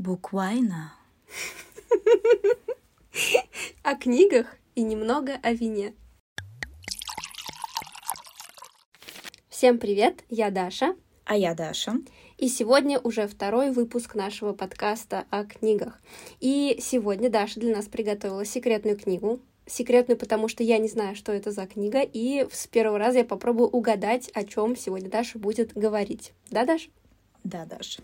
Буквально. О книгах и немного о вине. Всем привет, я Даша. А я Даша. И сегодня уже второй выпуск нашего подкаста о книгах. И сегодня Даша для нас приготовила секретную книгу. Секретную, потому что я не знаю, что это за книга, и с первого раза я попробую угадать, о чем сегодня Даша будет говорить. Да, Даша? Да, Даша.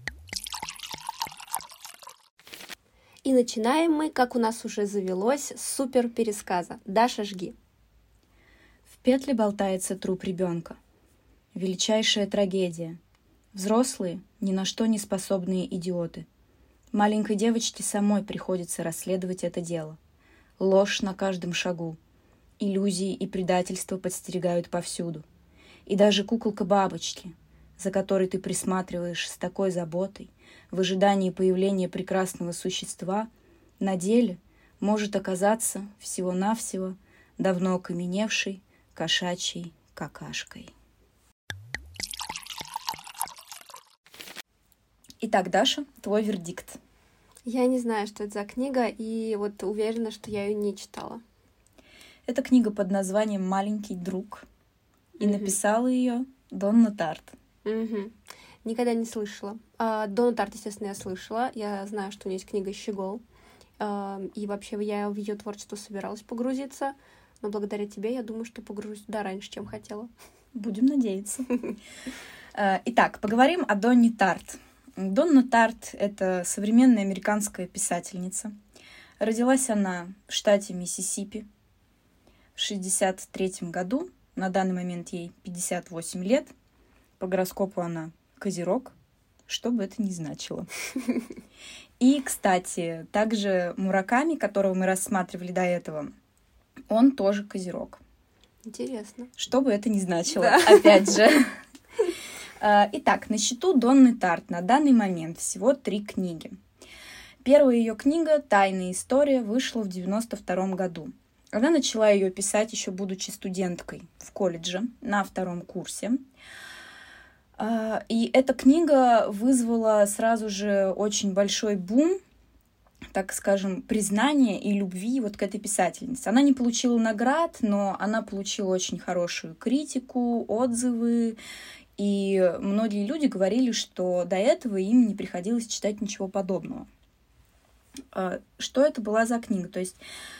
И начинаем мы, как у нас уже завелось, с супер пересказа. Даша, жги. В петле болтается труп ребенка. Величайшая трагедия. Взрослые, ни на что не способные идиоты. Маленькой девочке самой приходится расследовать это дело. Ложь на каждом шагу. Иллюзии и предательство подстерегают повсюду. И даже куколка бабочки, за которой ты присматриваешь с такой заботой, в ожидании появления прекрасного существа, на деле может оказаться всего-навсего давно окаменевшей кошачьей какашкой. Итак, Даша, твой вердикт. Я не знаю, что это за книга, и вот уверена, что я ее не читала. Это книга под названием «Маленький друг», и написала ее Донна Тарт. Никогда не слышала. Донна Тарт, естественно, я слышала. Я знаю, что у нее есть книга «Щегол». И вообще я в ее творчество собиралась погрузиться. Но благодаря тебе, я думаю, что погружусь туда раньше, чем хотела. Будем надеяться. Итак, поговорим о Донне Тарт. Донна Тарт — это современная американская писательница. Родилась она в штате Миссисипи в 1963 году. На данный момент ей 58 лет. По гороскопу она Козерог, что бы это ни значило. И, кстати, также Мураками, которого мы рассматривали до этого, он тоже Козерог. Интересно. Что бы это ни значило, да. Опять же. Итак, на счету Донны Тарт на данный момент всего 3 книги. Первая ее книга «Тайная история» вышла в 1992 году. Она начала ее писать еще будучи студенткой в колледже на 2 курсе. И эта книга вызвала сразу же очень большой бум, так скажем, признания и любви вот к этой писательнице. Она не получила наград, но она получила очень хорошую критику, отзывы. И многие люди говорили, что до этого им не приходилось читать ничего подобного. Что это была за книга? То есть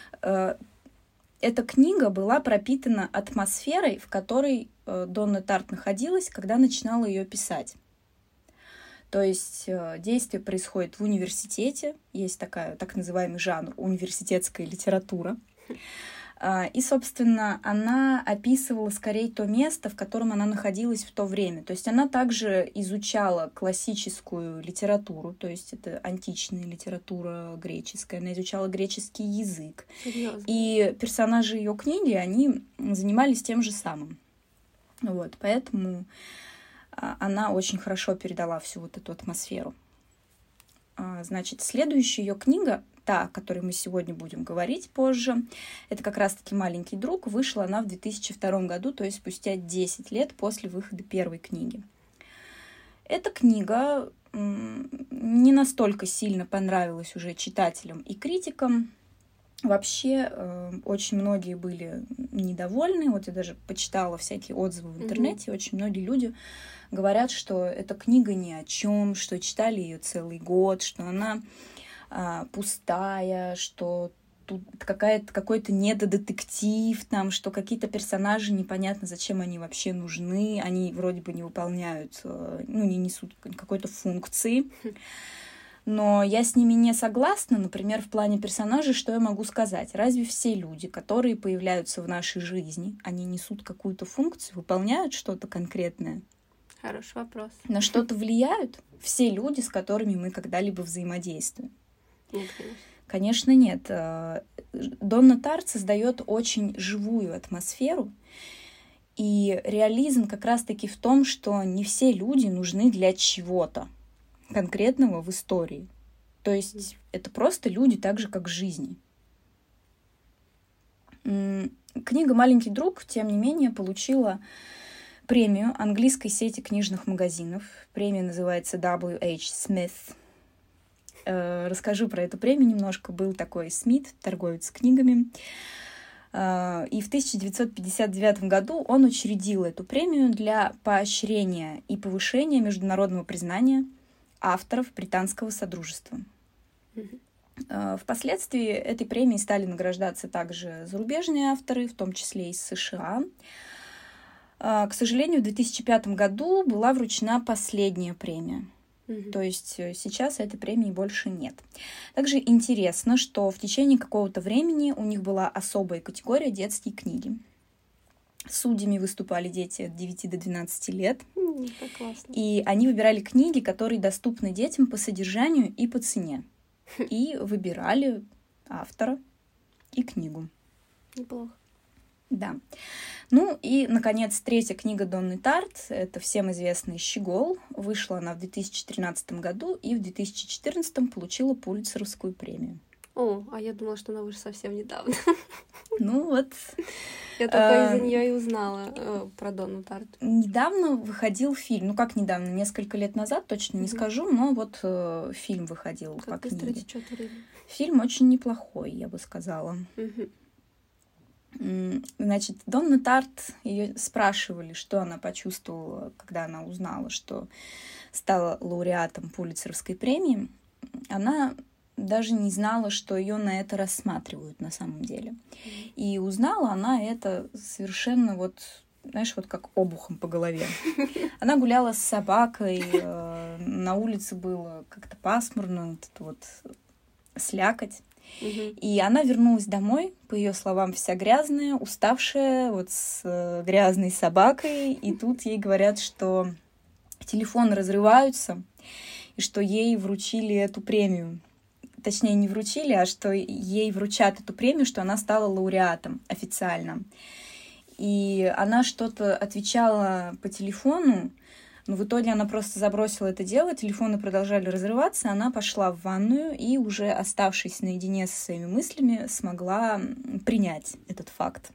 эта книга была пропитана атмосферой, в которой Донна Тарт находилась, когда начинала ее писать. То есть действие происходит в университете, есть так называемый жанр университетская литература. И, собственно, она описывала скорее то место, в котором она находилась в то время. То есть она также изучала классическую литературу, то есть это античная литература греческая, она изучала греческий язык. Серьезно? И персонажи ее книги, они занимались тем же самым. Вот, поэтому она очень хорошо передала всю вот эту атмосферу. Значит, следующая ее книга, та, о которой мы сегодня будем говорить позже, это как раз-таки «Маленький друг». Вышла она в 2002 году, то есть спустя 10 лет после выхода первой книги. Эта книга не настолько сильно понравилась уже читателям и критикам. Вообще, очень многие были недовольны. Вот я даже почитала всякие отзывы в интернете. Очень многие люди говорят, что эта книга ни о чем, что читали ее целый год, что она пустая, что тут какой-то недодетектив, там, что какие-то персонажи непонятно, зачем они вообще нужны, они вроде бы не выполняют, не несут какой-то функции. Но я с ними не согласна. Например, в плане персонажей, что я могу сказать? Разве все люди, которые появляются в нашей жизни, они несут какую-то функцию, выполняют что-то конкретное? Хороший вопрос. На что-то влияют все люди, с которыми мы когда-либо взаимодействуем? Нет, конечно. Конечно, нет. Донна Тарт создает очень живую атмосферу, и реализм как раз-таки в том, что не все люди нужны для чего-то конкретного в истории. То есть это просто люди так же, как в жизни. Книга «Маленький друг», тем не менее, получила премию английской сети книжных магазинов. Премия называется W.H. Smith. расскажу про эту премию немножко. Был такой Смит, торговец книгами. И в 1959 году он учредил эту премию для поощрения и повышения международного признания авторов британского содружества. Впоследствии этой премией стали награждаться также зарубежные авторы, в том числе из США. К сожалению, в 2005 году была вручена последняя премия. То есть сейчас этой премии больше нет. Также интересно, что в течение какого-то времени у них была особая категория детские книги. Судьями выступали дети от 9 до 12 лет. Это классно. И они выбирали книги, которые доступны детям по содержанию и по цене. И выбирали автора и книгу. Неплохо. Да. Ну и, наконец, третья книга Донны Тарт, это всем известный «Щегол». Вышла она в 2013 году и в 2014 получила Пулитцеровскую премию. О, а я думала, что она вышла совсем недавно. Ну вот. Я только из-за нее и узнала про Донну Тарт. Недавно выходил фильм. Ну как недавно? Несколько лет назад, точно не скажу, но вот фильм выходил по книге. Быстро течет время. Фильм очень неплохой, я бы сказала. Значит, Донна Тарт, ее спрашивали, что она почувствовала, когда она узнала, что стала лауреатом Пулитцеровской премии. Она даже не знала, что ее на это рассматривают на самом деле. И узнала она это совершенно вот, знаешь, вот как обухом по голове. Она гуляла с собакой, на улице было как-то пасмурно, вот это вот слякоть. И она вернулась домой, по ее словам, вся грязная, уставшая, вот с грязной собакой. И тут ей говорят, что телефоны разрываются, и что ей вручили эту премию. Точнее, не вручили, а что ей вручат эту премию, что она стала лауреатом официально. И она что-то отвечала по телефону, но в итоге она просто забросила это дело, телефоны продолжали разрываться, она пошла в ванную и, уже оставшись наедине со своими мыслями, смогла принять этот факт.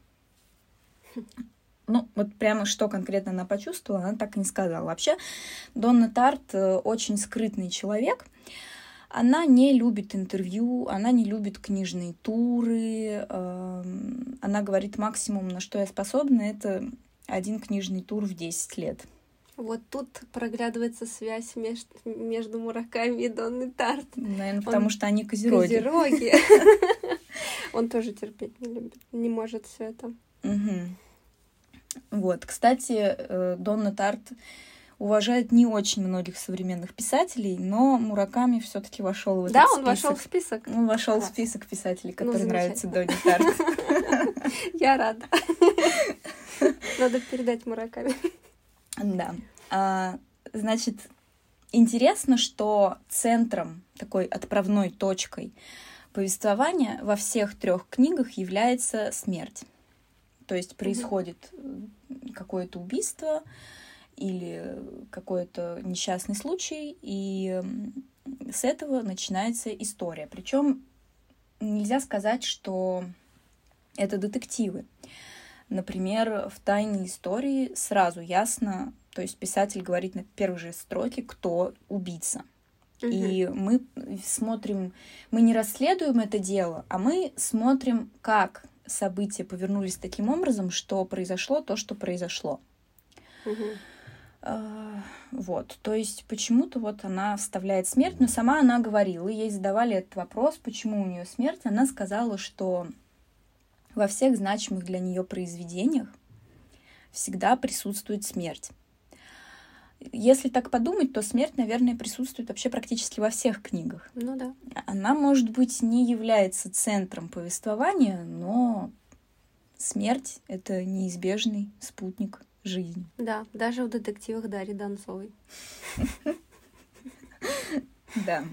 Ну, вот прямо что конкретно она почувствовала, она так и не сказала. Вообще, Донна Тарт очень скрытный человек. Она не любит интервью, она не любит книжные туры. Она говорит, максимум, на что я способна, это один книжный тур в 10 лет. Вот тут проглядывается связь между Мураками и Донной Тарт. Наверное, потому что они козероги. Козероги. Он тоже терпеть не любит, не может все это. Вот, кстати, Донна Тарт уважает не очень многих современных писателей, но Мураками все-таки вошел в этот список. Да, он вошел в список. Он вошел в список писателей, которые нравятся Донне Тарт. Я рада. Надо передать Мураками. Да. Значит, интересно, что центром, такой отправной точкой повествования во всех 3 книгах является смерть. То есть происходит какое-то убийство или какой-то несчастный случай, и с этого начинается история. Причем нельзя сказать, что это детективы. Например, в «Тайной истории» сразу ясно, то есть писатель говорит на первой же строке, кто убийца. И мы смотрим, мы не расследуем это дело, а мы смотрим, как события повернулись таким образом, что произошло то, что произошло. Вот, то есть почему-то вот она вставляет смерть, но сама она говорила, ей задавали этот вопрос, почему у нее смерть, она сказала, что во всех значимых для нее произведениях всегда присутствует смерть. Если так подумать, то смерть, наверное, присутствует вообще практически во всех книгах. Ну да. Она, может быть, не является центром повествования, но смерть — это неизбежный спутник жизни. Да, даже в детективах Дарьи Донцовой. Да.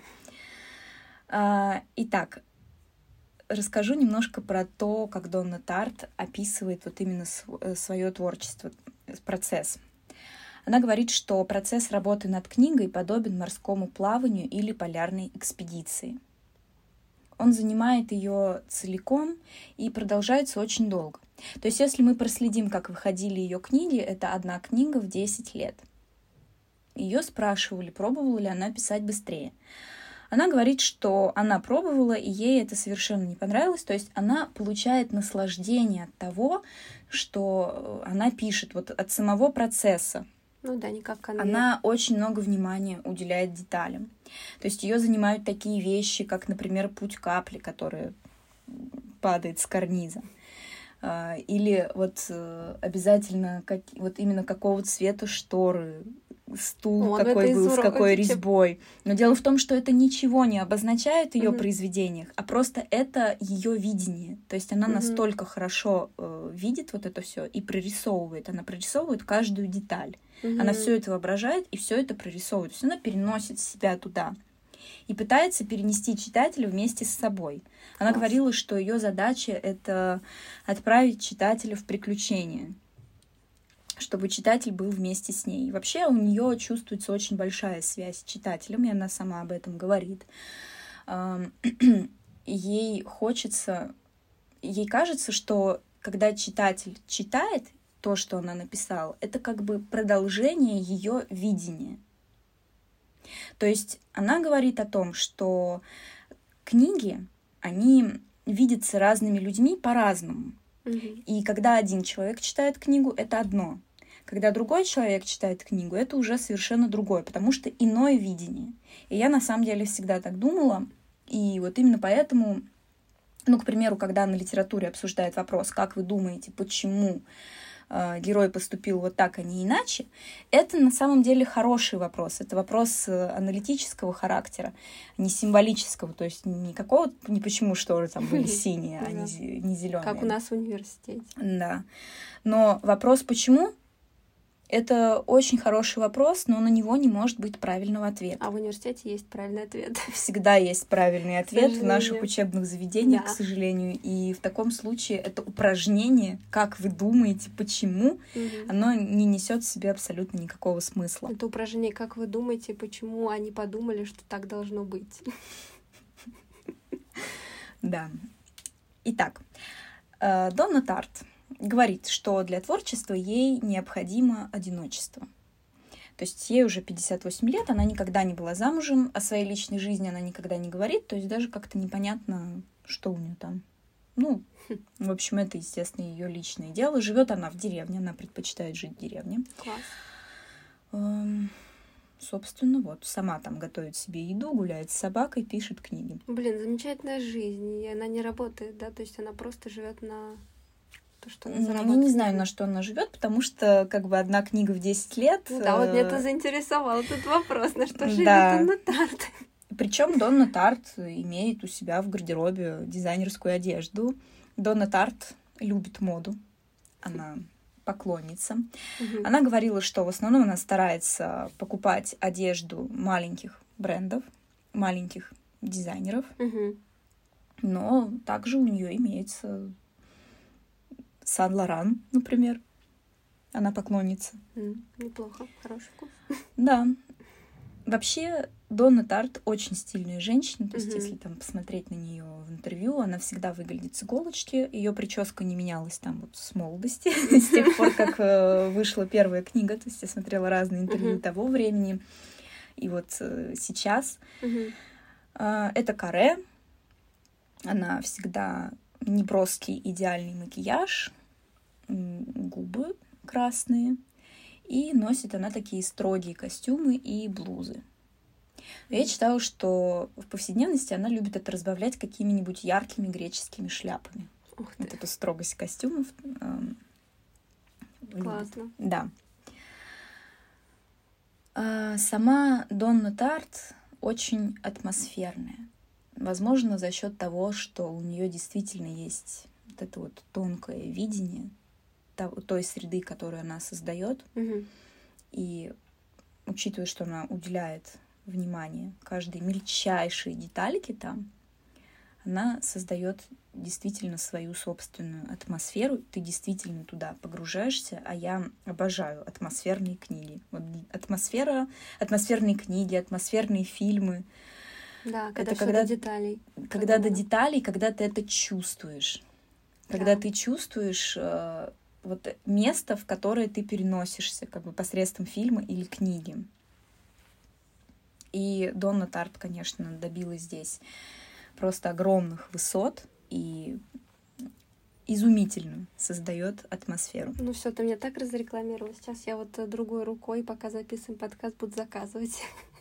Итак, расскажу немножко про то, как Донна Тарт описывает вот именно свое творчество, процесс. Она говорит, что процесс работы над книгой подобен морскому плаванию или полярной экспедиции. Он занимает ее целиком и продолжается очень долго. То есть если мы проследим, как выходили ее книги, это одна книга в 10 лет. Ее спрашивали, пробовала ли она писать быстрее. Она говорит, что она пробовала, и ей это совершенно не понравилось. То есть она получает наслаждение от того, что она пишет, вот от самого процесса. Ну да, не как конверт. Она очень много внимания уделяет деталям. То есть ее занимают такие вещи, как, например, путь капли, которая падает с карниза. Или вот обязательно вот именно какого цвета шторы, стул какой был, с какой резьбой. Но дело в том, что это ничего не обозначает в ее произведениях, а просто это ее видение. То есть она настолько хорошо видит вот это все и прорисовывает. Она прорисовывает каждую деталь. Она все это воображает и все это прорисовывает. То есть она переносит себя туда и пытается перенести читателя вместе с собой. Она говорила, что ее задача — это отправить читателя в приключения, чтобы читатель был вместе с ней. И вообще у нее чувствуется очень большая связь с читателем, и она сама об этом говорит. Ей кажется, что когда читатель читает то, что она написала, это как бы продолжение ее видения. То есть она говорит о том, что книги, они видятся разными людьми по-разному. И когда один человек читает книгу, это одно. Когда другой человек читает книгу, это уже совершенно другое, потому что иное видение. И я на самом деле всегда так думала. И вот именно поэтому, к примеру, когда на литературе обсуждают вопрос, как вы думаете, почему герой поступил вот так, а не иначе, это на самом деле хороший вопрос. Это вопрос аналитического характера, не символического, то есть не почему шторы там были синие, а не зеленые. Как у нас в университете. Да. Но вопрос «почему?» — это очень хороший вопрос, но на него не может быть правильного ответа. А в университете есть правильный ответ. Всегда есть правильный ответ в наших учебных заведениях, к сожалению. И в таком случае это упражнение, как вы думаете, почему, оно не несет в себе абсолютно никакого смысла. Это упражнение, как вы думаете, почему они подумали, что так должно быть. Да. Итак, Донна Тарт говорит, что для творчества ей необходимо одиночество. То есть ей уже 58 лет, она никогда не была замужем, о своей личной жизни она никогда не говорит, то есть даже как-то непонятно, что у нее там. В общем, это, естественно, ее личное дело. Живет она в деревне, она предпочитает жить в деревне. Класс. Собственно, вот, сама там готовит себе еду, гуляет с собакой, пишет книги. Блин, замечательная жизнь, и она не работает, да, то есть она просто живет на то, что она зарабатывает. Я не знаю, на что она живет, потому что как бы одна книга в 10 лет. Да, вот меня это заинтересовал этот вопрос, на что живет Донна Тарт. Причем Донна Тарт имеет у себя в гардеробе дизайнерскую одежду. Донна Тарт любит моду, она поклонница. Она говорила, что в основном она старается покупать одежду маленьких брендов, маленьких дизайнеров, но также у нее имеется Сан-Лоран, например. Она поклонница. Неплохо, хороший вкус. Да. Вообще, Донна Тарт очень стильная женщина. То есть, если там посмотреть на нее в интервью, она всегда выглядит с иголочки. Ее прическа не менялась там вот с молодости, с тех пор, как вышла первая книга. То есть я смотрела разные интервью того времени. И вот сейчас. Это каре. Она всегда неброский идеальный макияж, губы красные, и носит она такие строгие костюмы и блузы. Я читала, что в повседневности она любит это разбавлять какими-нибудь яркими греческими шляпами. Вот эту строгость костюмов. Классно. Да. Сама Донна Тарт очень атмосферная. Возможно, за счет того, что у нее действительно есть вот это вот тонкое видение той среды, которую она создает. И учитывая, что она уделяет внимание каждой мельчайшей детальке там, она создает действительно свою собственную атмосферу. Ты действительно туда погружаешься, а я обожаю атмосферные книги. Вот атмосферные книги, атмосферные фильмы. Да, когда до деталей. Когда до деталей, когда ты это чувствуешь. Когда ты чувствуешь вот место, в которое ты переносишься, как бы посредством фильма или книги. И Донна Тарт, конечно, добилась здесь просто огромных высот и изумительно создает атмосферу. Ну все, ты меня так разрекламировала. Сейчас я вот другой рукой, пока записываем подкаст, буду заказывать.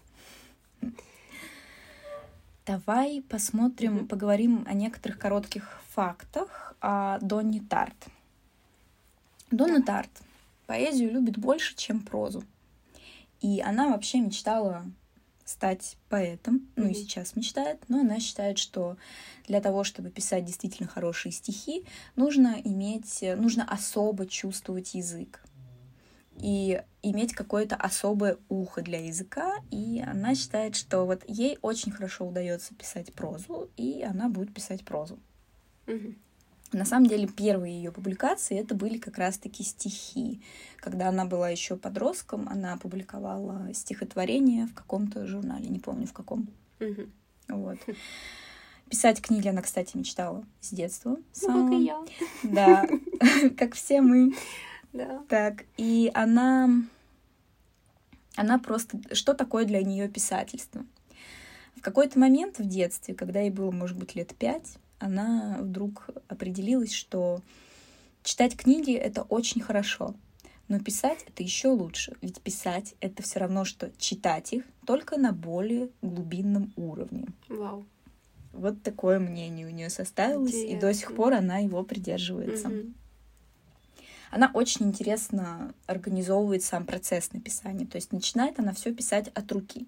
Давай посмотрим, поговорим о некоторых коротких фактах о Донне Тарт. Донна Тарт поэзию любит больше, чем прозу. И она вообще мечтала стать поэтом, ну и сейчас мечтает, но она считает, что для того, чтобы писать действительно хорошие стихи, нужно особо чувствовать язык и иметь какое-то особое ухо для языка, и она считает, что вот ей очень хорошо удается писать прозу, и она будет писать прозу. На самом деле, первые ее публикации это были как раз-таки стихи. Когда она была еще подростком, она публиковала стихотворение в каком-то журнале, не помню в каком. Вот. Писать книги она, кстати, мечтала с детства. Ну, как и я. Да, как все мы. Да. Так, и она просто... Что такое для нее писательство? В какой-то момент в детстве, когда ей было, может быть, лет 5, она вдруг определилась, что читать книги — это очень хорошо, но писать — это еще лучше. Ведь писать — это все равно, что читать их, только на более глубинном уровне. Вау. Вот такое мнение у нее составилось, и до сих пор она его придерживается. Она очень интересно организовывает сам процесс написания. То есть начинает она все писать от руки.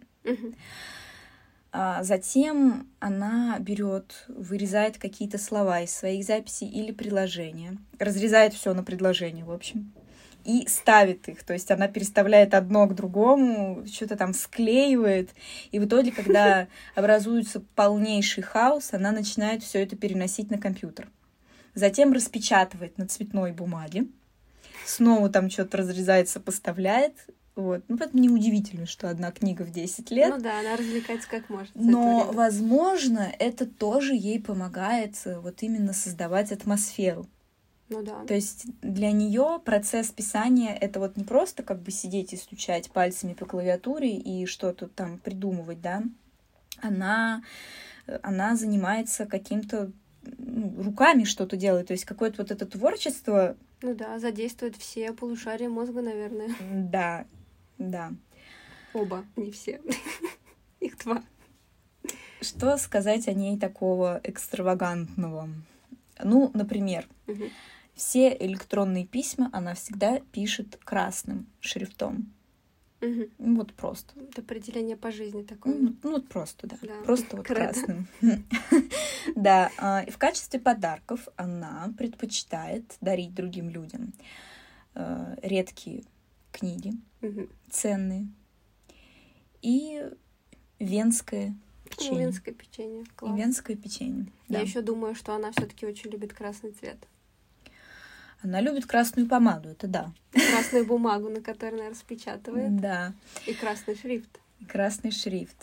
А затем она вырезает какие-то слова из своих записей или предложения, разрезает все на предложения, в общем, и ставит их. То есть она переставляет одно к другому, что-то там склеивает. И в итоге, когда образуется полнейший хаос, она начинает все это переносить на компьютер. Затем распечатывает на цветной бумаге. Снова там что-то разрезает, сопоставляет. Вот. Ну, поэтому неудивительно, что одна книга в 10 лет. Ну да, она развлекается как может. Но, возможно, это тоже ей помогает вот именно создавать атмосферу. Ну да. То есть для нее процесс писания — это вот не просто как бы сидеть и стучать пальцами по клавиатуре и что-то там придумывать, да. Она занимается каким-то руками что-то делает, то есть какое-то вот это творчество. Ну да, задействует все полушария мозга, наверное. Да, да. Оба, не все. Их 2. Что сказать о ней такого экстравагантного? Ну, например, все электронные письма она всегда пишет красным шрифтом. Ну, вот просто. Это определение по жизни такое. Ну, вот просто, да. Просто вот красным. Да. И в качестве подарков она предпочитает дарить другим людям редкие книги, ценные, и венское печенье. Венское печенье. Класс. И венское печенье. Я да. еще думаю, что она все-таки очень любит красный цвет. Она любит красную помаду, это да. Красную бумагу, на которой она распечатывает. Да. И красный шрифт. И красный шрифт.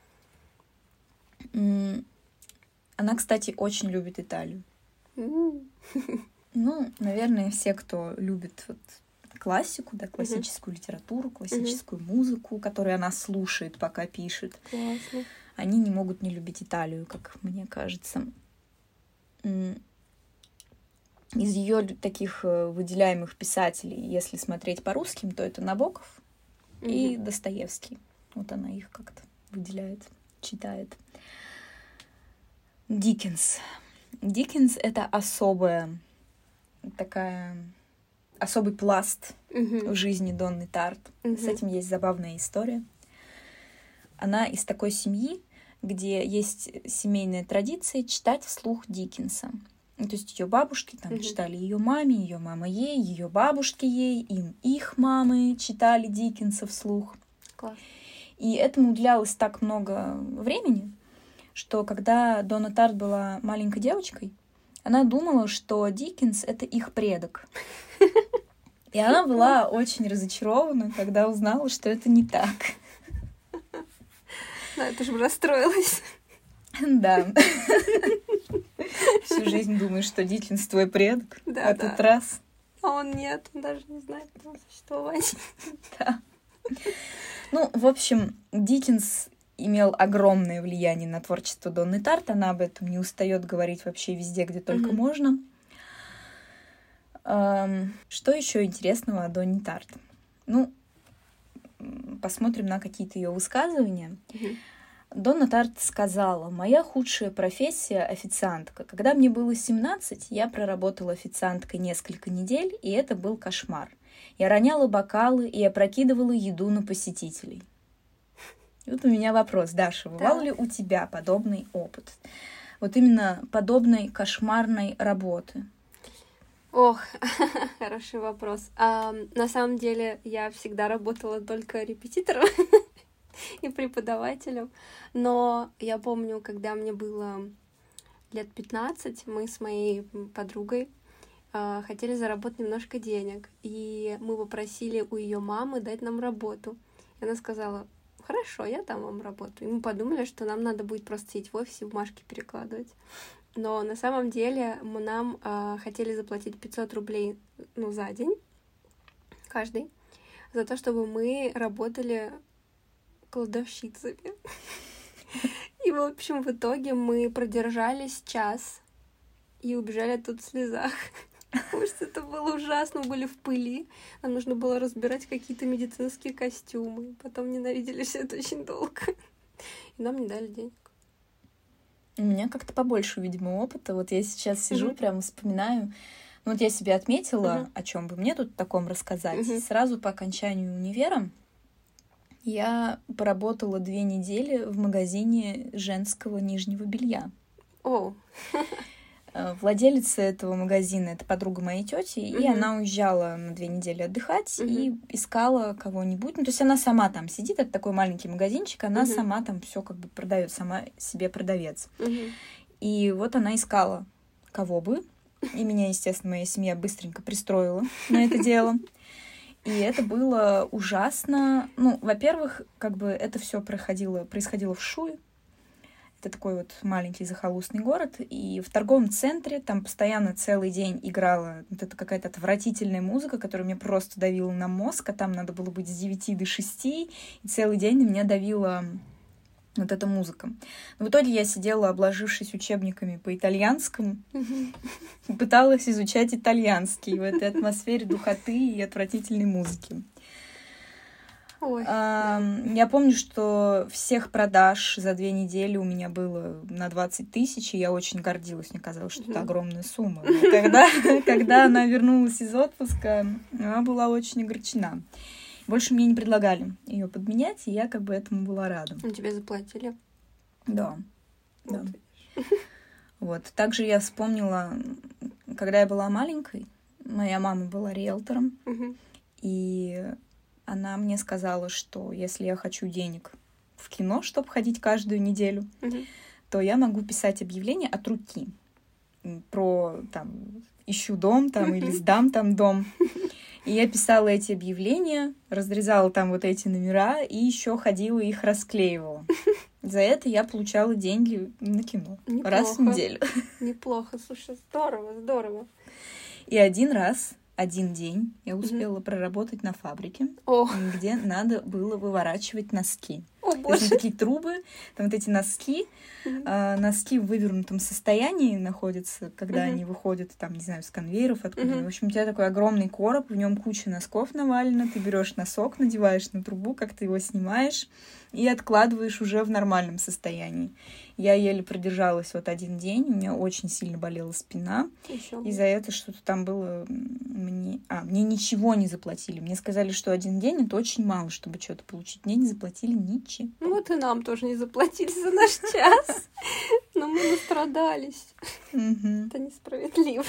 Она, кстати, очень любит Италию. Ну, наверное, все, кто любит вот классику, да, классическую литературу, классическую музыку, которую она слушает, пока пишет. Классно. Они не могут не любить Италию, как мне кажется. Из ее таких выделяемых писателей, если смотреть по русским, то это Набоков и Достоевский. Вот она их как-то выделяет, читает. Диккенс. Диккенс — это особый пласт в жизни Донны Тарт. С этим есть забавная история. Она из такой семьи, где есть семейная традиция читать вслух Диккенса. То есть ее бабушки там читали ее маме, ее мама ей, ее бабушки ей, их мамы читали Диккенса вслух. Класс. И этому уделялось так много времени, что когда Донна Тарт была маленькой девочкой, она думала, что Диккенс — это их предок. И она была очень разочарована, когда узнала, что это не так. Да, ты же расстроилась. Да. Всю жизнь думаешь, что Диккенс твой предок, да, а тут раз. А он нет, он даже не знает его существования. Да. Ну, в общем, Диккенс имел огромное влияние на творчество Донны Тарт. Она об этом не устает говорить вообще везде, где только можно. Что еще интересного о Донне Тарт? Ну, посмотрим на какие-то ее высказывания. Донна Тарт сказала: «Моя худшая профессия — официантка. Когда мне было 17, я проработала официанткой несколько недель, и это был кошмар. Я роняла бокалы и опрокидывала еду на посетителей». И вот у меня вопрос, Даша, бывал ли у тебя подобный опыт? Вот именно подобной кошмарной работы? Ох, хороший вопрос. На самом деле я всегда работала только репетитором и преподавателем, но я помню, когда мне было лет 15, мы с моей подругой хотели заработать немножко денег, и мы попросили у ее мамы дать нам работу. И она сказала: «Хорошо, я дам вам работу». И мы подумали, что нам надо будет просто сидеть в офисе, бумажки перекладывать. Но на самом деле нам хотели заплатить 500 рублей за день, каждый, за то, чтобы мы работали кладовщицами. И, в общем, в итоге мы продержались час и убежали тут в слезах. Потому что это было ужасно, мы были в пыли, нам нужно было разбирать какие-то медицинские костюмы, потом ненавидели все это очень долго, и нам не дали денег. У меня как-то побольше, видимо, опыта. Вот я сейчас сижу, прям вспоминаю. Ну вот я себе отметила, о чем бы мне тут таком рассказать. Сразу по окончанию универа я поработала 2 недели в магазине женского нижнего белья. Владелица этого магазина — это подруга моей тети, и она уезжала на 2 недели отдыхать и искала кого-нибудь. Ну, то есть она сама там сидит, это такой маленький магазинчик, она сама там все как бы продает, сама себе продавец. И вот она искала кого бы, и меня, естественно, моя семья быстренько пристроила на это дело. И это было ужасно. Ну, во-первых, как бы это все происходило в Шуе. Это такой вот маленький захолустный город, и в торговом центре там постоянно целый день играла вот эта какая-то отвратительная музыка, которая мне просто давила на мозг, а там надо было быть с 9 до 6, и целый день на меня давила вот эта музыка. Но в итоге я сидела, обложившись учебниками по итальянскому, и пыталась изучать итальянский в этой атмосфере духоты и отвратительной музыки. Я помню, что всех продаж за 2 недели у меня было на 20 тысяч, и я очень гордилась. Мне казалось, что это огромная сумма. Но когда она вернулась из отпуска, она была очень огорчена. Больше мне не предлагали ее подменять, и я как бы этому была рада. Тебе заплатили? Да. Вот. Также я вспомнила, когда я была маленькой, моя мама была риэлтором, и она мне сказала, что если я хочу денег в кино, чтобы ходить каждую неделю, то я могу писать объявления от руки про там ищу дом там или сдам там дом. И я писала эти объявления, разрезала там вот эти номера и еще ходила их расклеивала. За это я получала деньги на кино. Неплохо. Раз в неделю. Неплохо, слушай, здорово. И один день я успела проработать на фабрике, где надо было выворачивать носки. То есть такие трубы, там вот эти носки, носки в вывернутом состоянии находятся, когда они выходят, там, не знаю, с конвейеров откуда. В общем, у тебя такой огромный короб, в нем куча носков навалена, ты берешь носок, надеваешь на трубу, как ты его снимаешь и откладываешь уже в нормальном состоянии. Я еле продержалась вот 1 день, у меня очень сильно болела спина. И за это что-то там было... Мне ничего не заплатили. Мне сказали, что 1 день — это очень мало, чтобы что-то получить. Мне не заплатили ничего. Вот и нам тоже не заплатили за наш час. Но мы настрадались. Это несправедливо.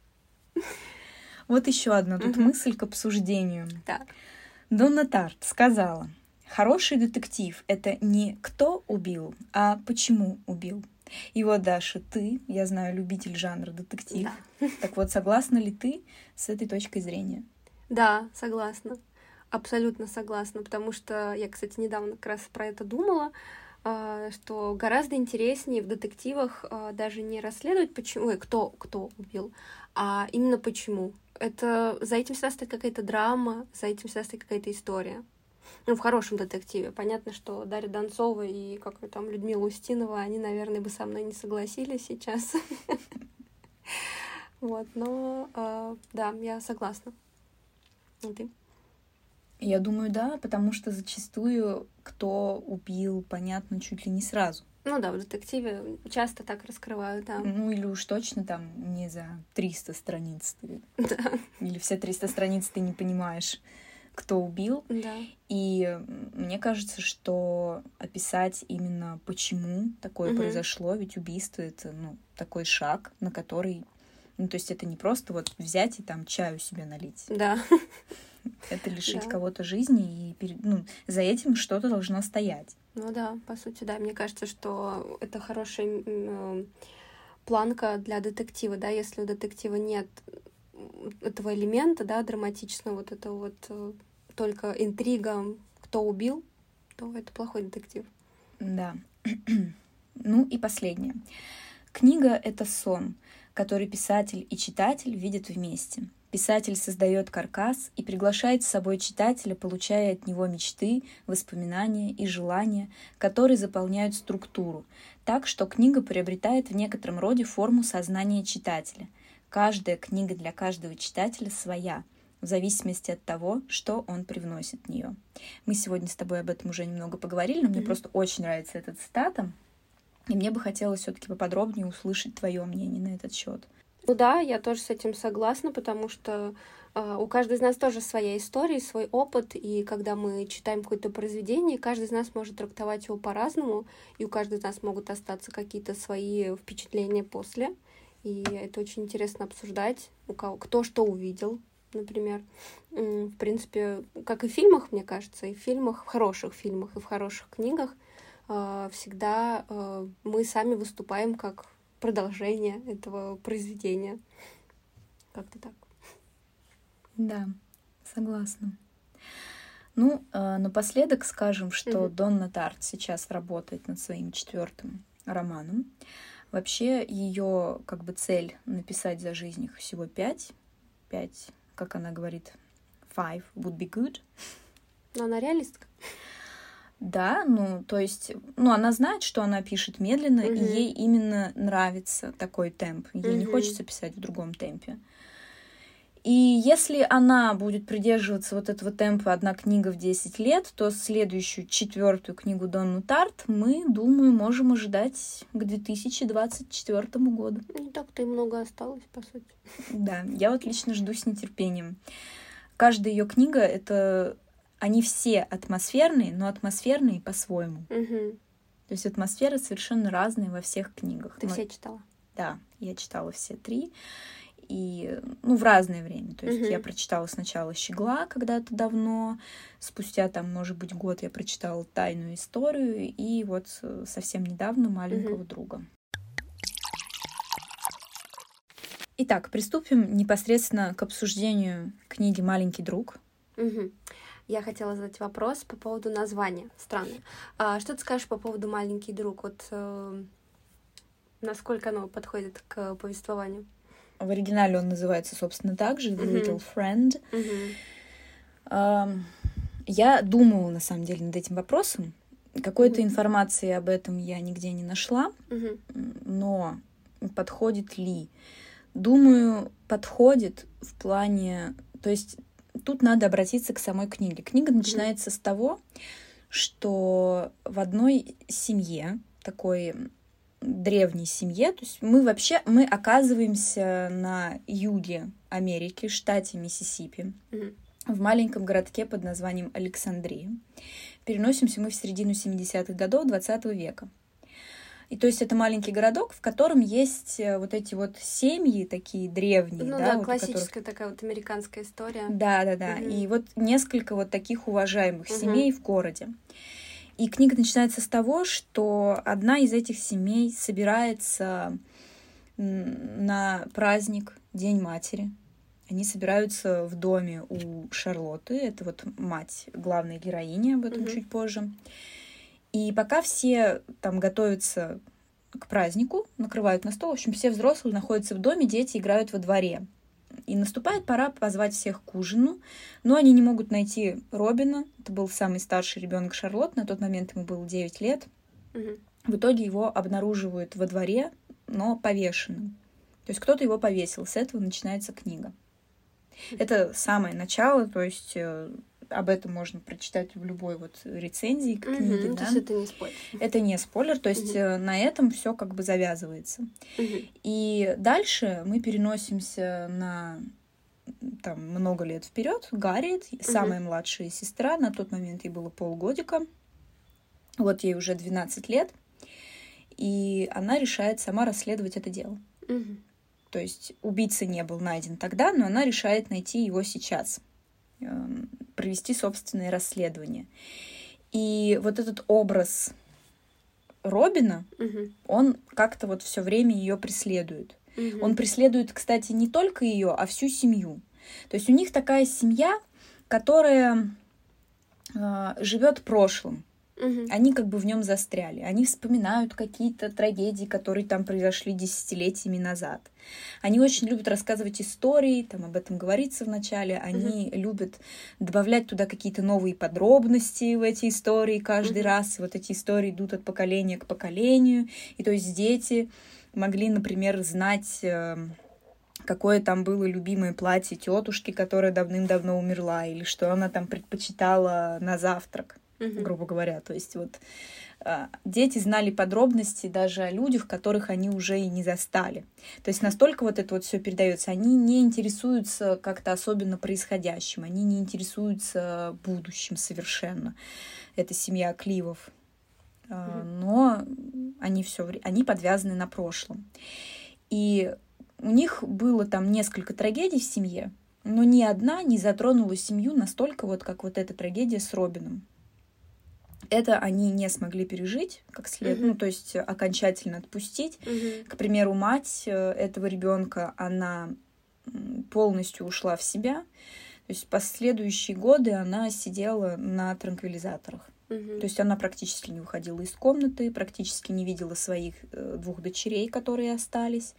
Вот еще одна тут мысль к обсуждению. Так. Донна Тарт сказала: хороший детектив — это не кто убил, а почему убил. И вот, Даша, ты, я знаю, любитель жанра детектив. Да. Так вот, согласна ли ты с этой точкой зрения? Да, согласна. Абсолютно согласна, потому что я, кстати, недавно как раз про это думала, что гораздо интереснее в детективах даже не расследовать, кто убил, а именно почему. За этим всегда стоит какая-то драма, за этим всегда стоит какая-то история. Ну, в хорошем детективе. Понятно, что Дарья Донцова и как там Людмила Устинова, они, наверное, бы со мной не согласились сейчас. Вот, но да, я согласна. А ты? Я думаю, да, потому что зачастую кто убил, понятно, чуть ли не сразу. Ну да, в детективе часто так раскрывают, да. Ну или уж точно там не за 300 страниц. Да. Или все 300 страниц ты не понимаешь, кто убил. Да. И мне кажется, что описать именно почему такое произошло, ведь убийство — это такой шаг, на который... Ну, то есть это не просто вот взять и там чаю себе налить. Да. Это лишить кого-то жизни, и за этим что-то должно стоять. Ну да, по сути, да. Мне кажется, что это хорошая планка для детектива, да, если у детектива нет этого элемента, да, драматичного, вот это вот только интрига, кто убил, то это плохой детектив. Да. Ну и последнее. Книга — это сон, который писатель и читатель видят вместе. Писатель создает каркас и приглашает с собой читателя, получая от него мечты, воспоминания и желания, которые заполняют структуру, так что книга приобретает в некотором роде форму сознания читателя. Каждая книга для каждого читателя своя, в зависимости от того, что он привносит в нее. Мы сегодня с тобой об этом уже немного поговорили, но мне просто очень нравится эта цитата, и мне бы хотелось все-таки поподробнее услышать твое мнение на этот счет. Ну да, я тоже с этим согласна, потому что у каждой из нас тоже своя история, свой опыт, и когда мы читаем какое-то произведение, каждый из нас может трактовать его по-разному, и у каждого из нас могут остаться какие-то свои впечатления после, и это очень интересно обсуждать, у кого кто что увидел, например. В принципе, как и в фильмах, мне кажется, и в фильмах, в хороших фильмах и в хороших книгах всегда мы сами выступаем как продолжение этого произведения. Как-то так. Да, согласна. Ну, напоследок скажем, что Донна Тарт сейчас работает над своим 4-м романом. Вообще ее цель написать за жизнь их всего 5. 5, как она говорит, 5 would be good. Но она реалистка. Да, то есть, она знает, что она пишет медленно, и ей именно нравится такой темп. Ей не хочется писать в другом темпе. И если она будет придерживаться вот этого темпа «одна книга в 10 лет», то следующую 4-ю книгу Донну Тарт мы, думаю, можем ожидать к 2024 году. Не так-то и много осталось, по сути. Да, я вот лично жду с нетерпением. Каждая ее книга — это... Они все атмосферные, но атмосферные по-своему. То есть атмосферы совершенно разные во всех книгах. Ты все читала? Да, я читала все 3. И, в разное время. То есть я прочитала сначала «Щегла» когда-то давно, спустя, может быть, год я прочитала «Тайную историю», и вот совсем недавно «Маленького друга». Итак, приступим непосредственно к обсуждению книги «Маленький друг». Я хотела задать вопрос по поводу названия. Странно. Что ты скажешь по поводу «Маленький друг»? Вот насколько оно подходит к повествованию? В оригинале он называется, собственно, так же, «The Little Friend». Я думала, на самом деле, над этим вопросом. Какой-то информации об этом я нигде не нашла, но подходит ли? Думаю, подходит в плане... То есть тут надо обратиться к самой книге. Книга начинается с того, что в одной семье, такой древней семье, то есть мы оказываемся на юге Америки, в штате Миссисипи, в маленьком городке под названием Александрия. Переносимся мы в середину 70-х годов 20 века. И то есть это маленький городок, в котором есть вот эти вот семьи такие древние. Ну да, классическая такая вот американская история. Да. И вот несколько вот таких уважаемых семей в городе. И книга начинается с того, что одна из этих семей собирается на праздник День матери. Они собираются в доме у Шарлотты. Это вот мать главной героини, об этом чуть позже. И пока все там готовятся к празднику, накрывают на стол, в общем, все взрослые находятся в доме, дети играют во дворе. И наступает пора позвать всех к ужину, но они не могут найти Робина. Это был самый старший ребенок Шарлотт, на тот момент ему было 9 лет. В итоге его обнаруживают во дворе, но повешенным. То есть кто-то его повесил. С этого начинается книга. Это самое начало, то есть об этом можно прочитать в любой вот рецензии к книге. То есть это не спойлер. Это не спойлер, то есть на этом все как бы завязывается. И дальше мы переносимся на там много лет вперед. Гарриет, самая младшая сестра, на тот момент ей было полгодика. Вот ей уже 12 лет. И она решает сама расследовать это дело. То есть убийца не был найден тогда, но она решает найти его сейчас, провести собственное расследование. И вот этот образ Робина, он как-то вот все время ее преследует. Он преследует, кстати, не только ее, а всю семью. То есть у них такая семья, которая живет прошлым. Они как бы в нем застряли. Они вспоминают какие-то трагедии, которые там произошли десятилетиями назад. Они очень любят рассказывать истории, там об этом говорится в начале. Они любят добавлять туда какие-то новые подробности в эти истории каждый раз. И вот эти истории идут от поколения к поколению. И то есть дети могли, например, знать, какое там было любимое платье тетушки, которая давным-давно умерла, или что она там предпочитала на завтрак. Грубо говоря. То есть вот дети знали подробности даже о людях, которых они уже и не застали. То есть настолько вот это вот все передается. Они не интересуются как-то особенно происходящим, они не интересуются будущим совершенно. Это семья Кливов. Но они подвязаны на прошлом. И у них было там несколько трагедий в семье, но ни одна не затронула семью настолько вот, как вот эта трагедия с Робином. Это они не смогли пережить, как следует, то есть окончательно отпустить. К примеру, мать этого ребенка, она полностью ушла в себя. То есть в последующие годы она сидела на транквилизаторах. То есть она практически не выходила из комнаты, практически не видела своих 2 дочерей, которые остались.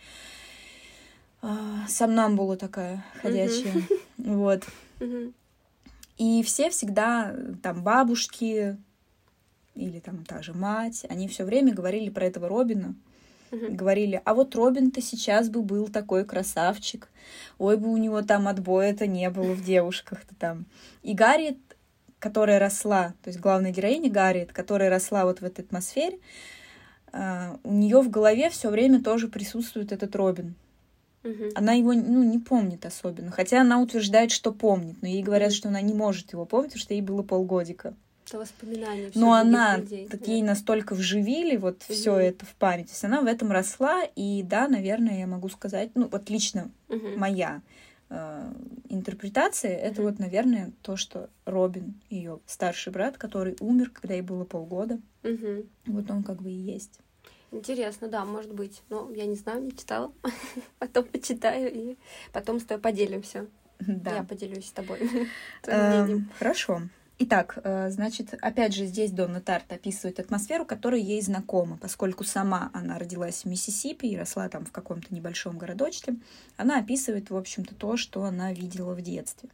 Сомнамбула такая ходячая. Вот. И все всегда, там, бабушки или там та же мать, они все время говорили про этого Робина. Говорили, а вот Робин-то сейчас бы был такой красавчик. Ой, бы у него там отбоя-то не было в девушках-то там. И Гарриет, которая росла, то есть главная героиня Гарриет, которая росла вот в этой атмосфере, у нее в голове все время тоже присутствует этот Робин. Она его не помнит особенно. Хотя она утверждает, что помнит. Но ей говорят, что она не может его помнить, потому что ей было полгодика. Это воспоминания. Но она, так ей настолько вживили вот все это в память. То есть она в этом росла. И да, наверное, я могу сказать, вот лично моя интерпретация, это вот, наверное, то, что Робин, ее старший брат, который умер, когда ей было полгода. Вот он как бы и есть. Интересно, да, может быть. Но я не знаю, не читала. Потом почитаю и потом с тобой поделимся. Да. Я поделюсь с тобой твоим мнением. Хорошо. Итак, значит, опять же, здесь Донна Тарт описывает атмосферу, которая ей знакома, поскольку сама она родилась в Миссисипи и росла там в каком-то небольшом городочке. Она описывает, в общем-то, то, что она видела в детстве.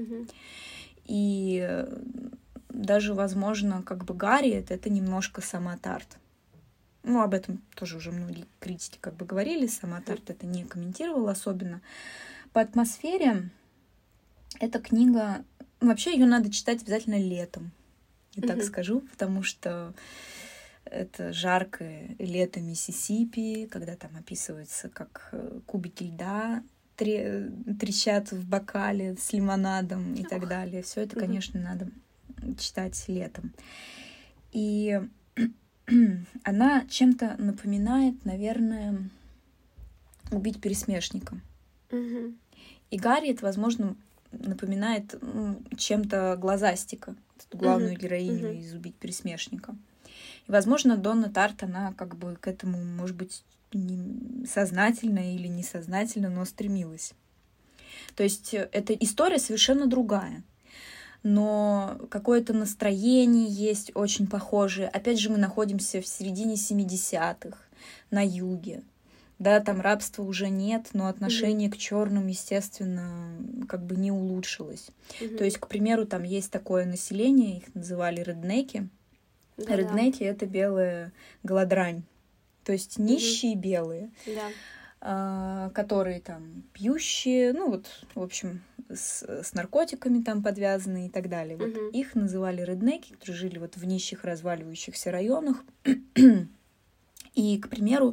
И даже, возможно, как бы Гарриет — это немножко сама Тарт. Об этом тоже уже многие критики как бы говорили, сама Тарт это не комментировала особенно. По атмосфере эта книга... Вообще ее надо читать обязательно летом, я так скажу, потому что это жаркое лето Миссисипи, когда там описывается, как кубики льда трещат в бокале с лимонадом и так далее. Все это, конечно, надо читать летом. И она чем-то напоминает, наверное, «Убить пересмешника». И Гарриет, возможно, напоминает чем-то Глазастика, главную героиню из «Убить пересмешника». И, возможно, Донна Тарт, она как бы к этому, может быть, сознательно или несознательно, но стремилась. То есть эта история совершенно другая. Но какое-то настроение есть очень похожее. Опять же, мы находимся в середине 70-х, на юге. Да, там рабства уже нет, но отношение к черным, естественно, как бы не улучшилось. То есть, к примеру, там есть такое население, их называли реднеки. Да-да. Реднеки — это белая голодрань. То есть нищие белые, которые там пьющие, ну вот, в общем, с наркотиками там подвязаны и так далее. Вот их называли реднеки, которые жили вот в нищих разваливающихся районах. И, к примеру,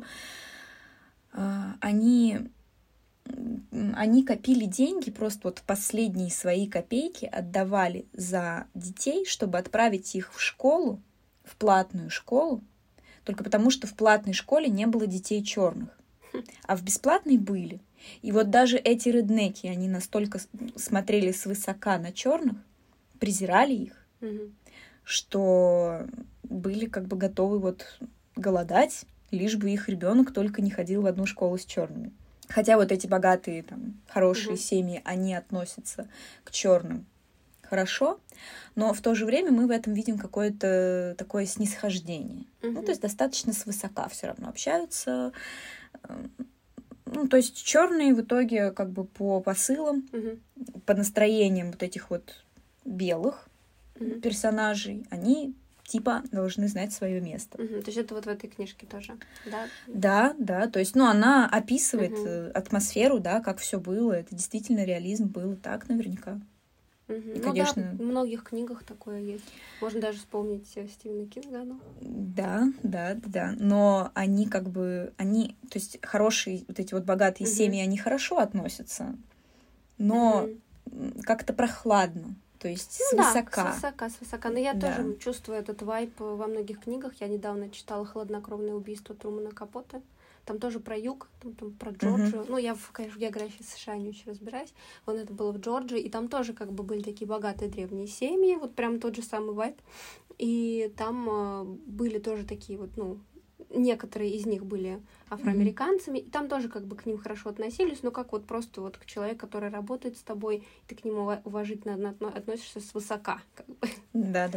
они копили деньги, просто вот последние свои копейки отдавали за детей, чтобы отправить их в школу, в платную школу, только потому что в платной школе не было детей черных, а в бесплатной были. И вот даже эти реднеки, они настолько смотрели свысока на черных, презирали их, что были как бы готовы вот голодать, лишь бы их ребенок только не ходил в одну школу с черными. Хотя вот эти богатые, там, хорошие семьи, они относятся к черным хорошо, но в то же время мы в этом видим какое-то такое снисхождение. Ну, то есть достаточно свысока все равно общаются. Ну, то есть черные в итоге как бы по посылам, по настроениям вот этих вот белых персонажей, они типа должны знать свое место. То есть это вот в этой книжке тоже, да? Да. То есть, ну, она описывает атмосферу, да, как все было. Это действительно реализм, было так наверняка. И, конечно... Ну да, в многих книгах такое есть. Можно даже вспомнить Стивена Кинга, ну. Да. Но они как бы, то есть хорошие, вот эти вот богатые семьи, они хорошо относятся, но как-то прохладно. То есть свысока. Да, свысока. Но я тоже чувствую этот вайб во многих книгах. Я недавно читала «Хладнокровное убийство» Трумана Капоте. Там тоже про юг, там про Джорджию. Ну, я, конечно, в географии США не очень разбираюсь. Вот это было в Джорджии. И там тоже как бы были такие богатые древние семьи. Вот прям тот же самый вайб. И там были тоже такие вот, ну, некоторые из них были афроамериканцами, и там тоже как бы к ним хорошо относились, но как вот просто вот к человеку, который работает с тобой, ты к нему уважительно относишься свысока. Как бы. Да.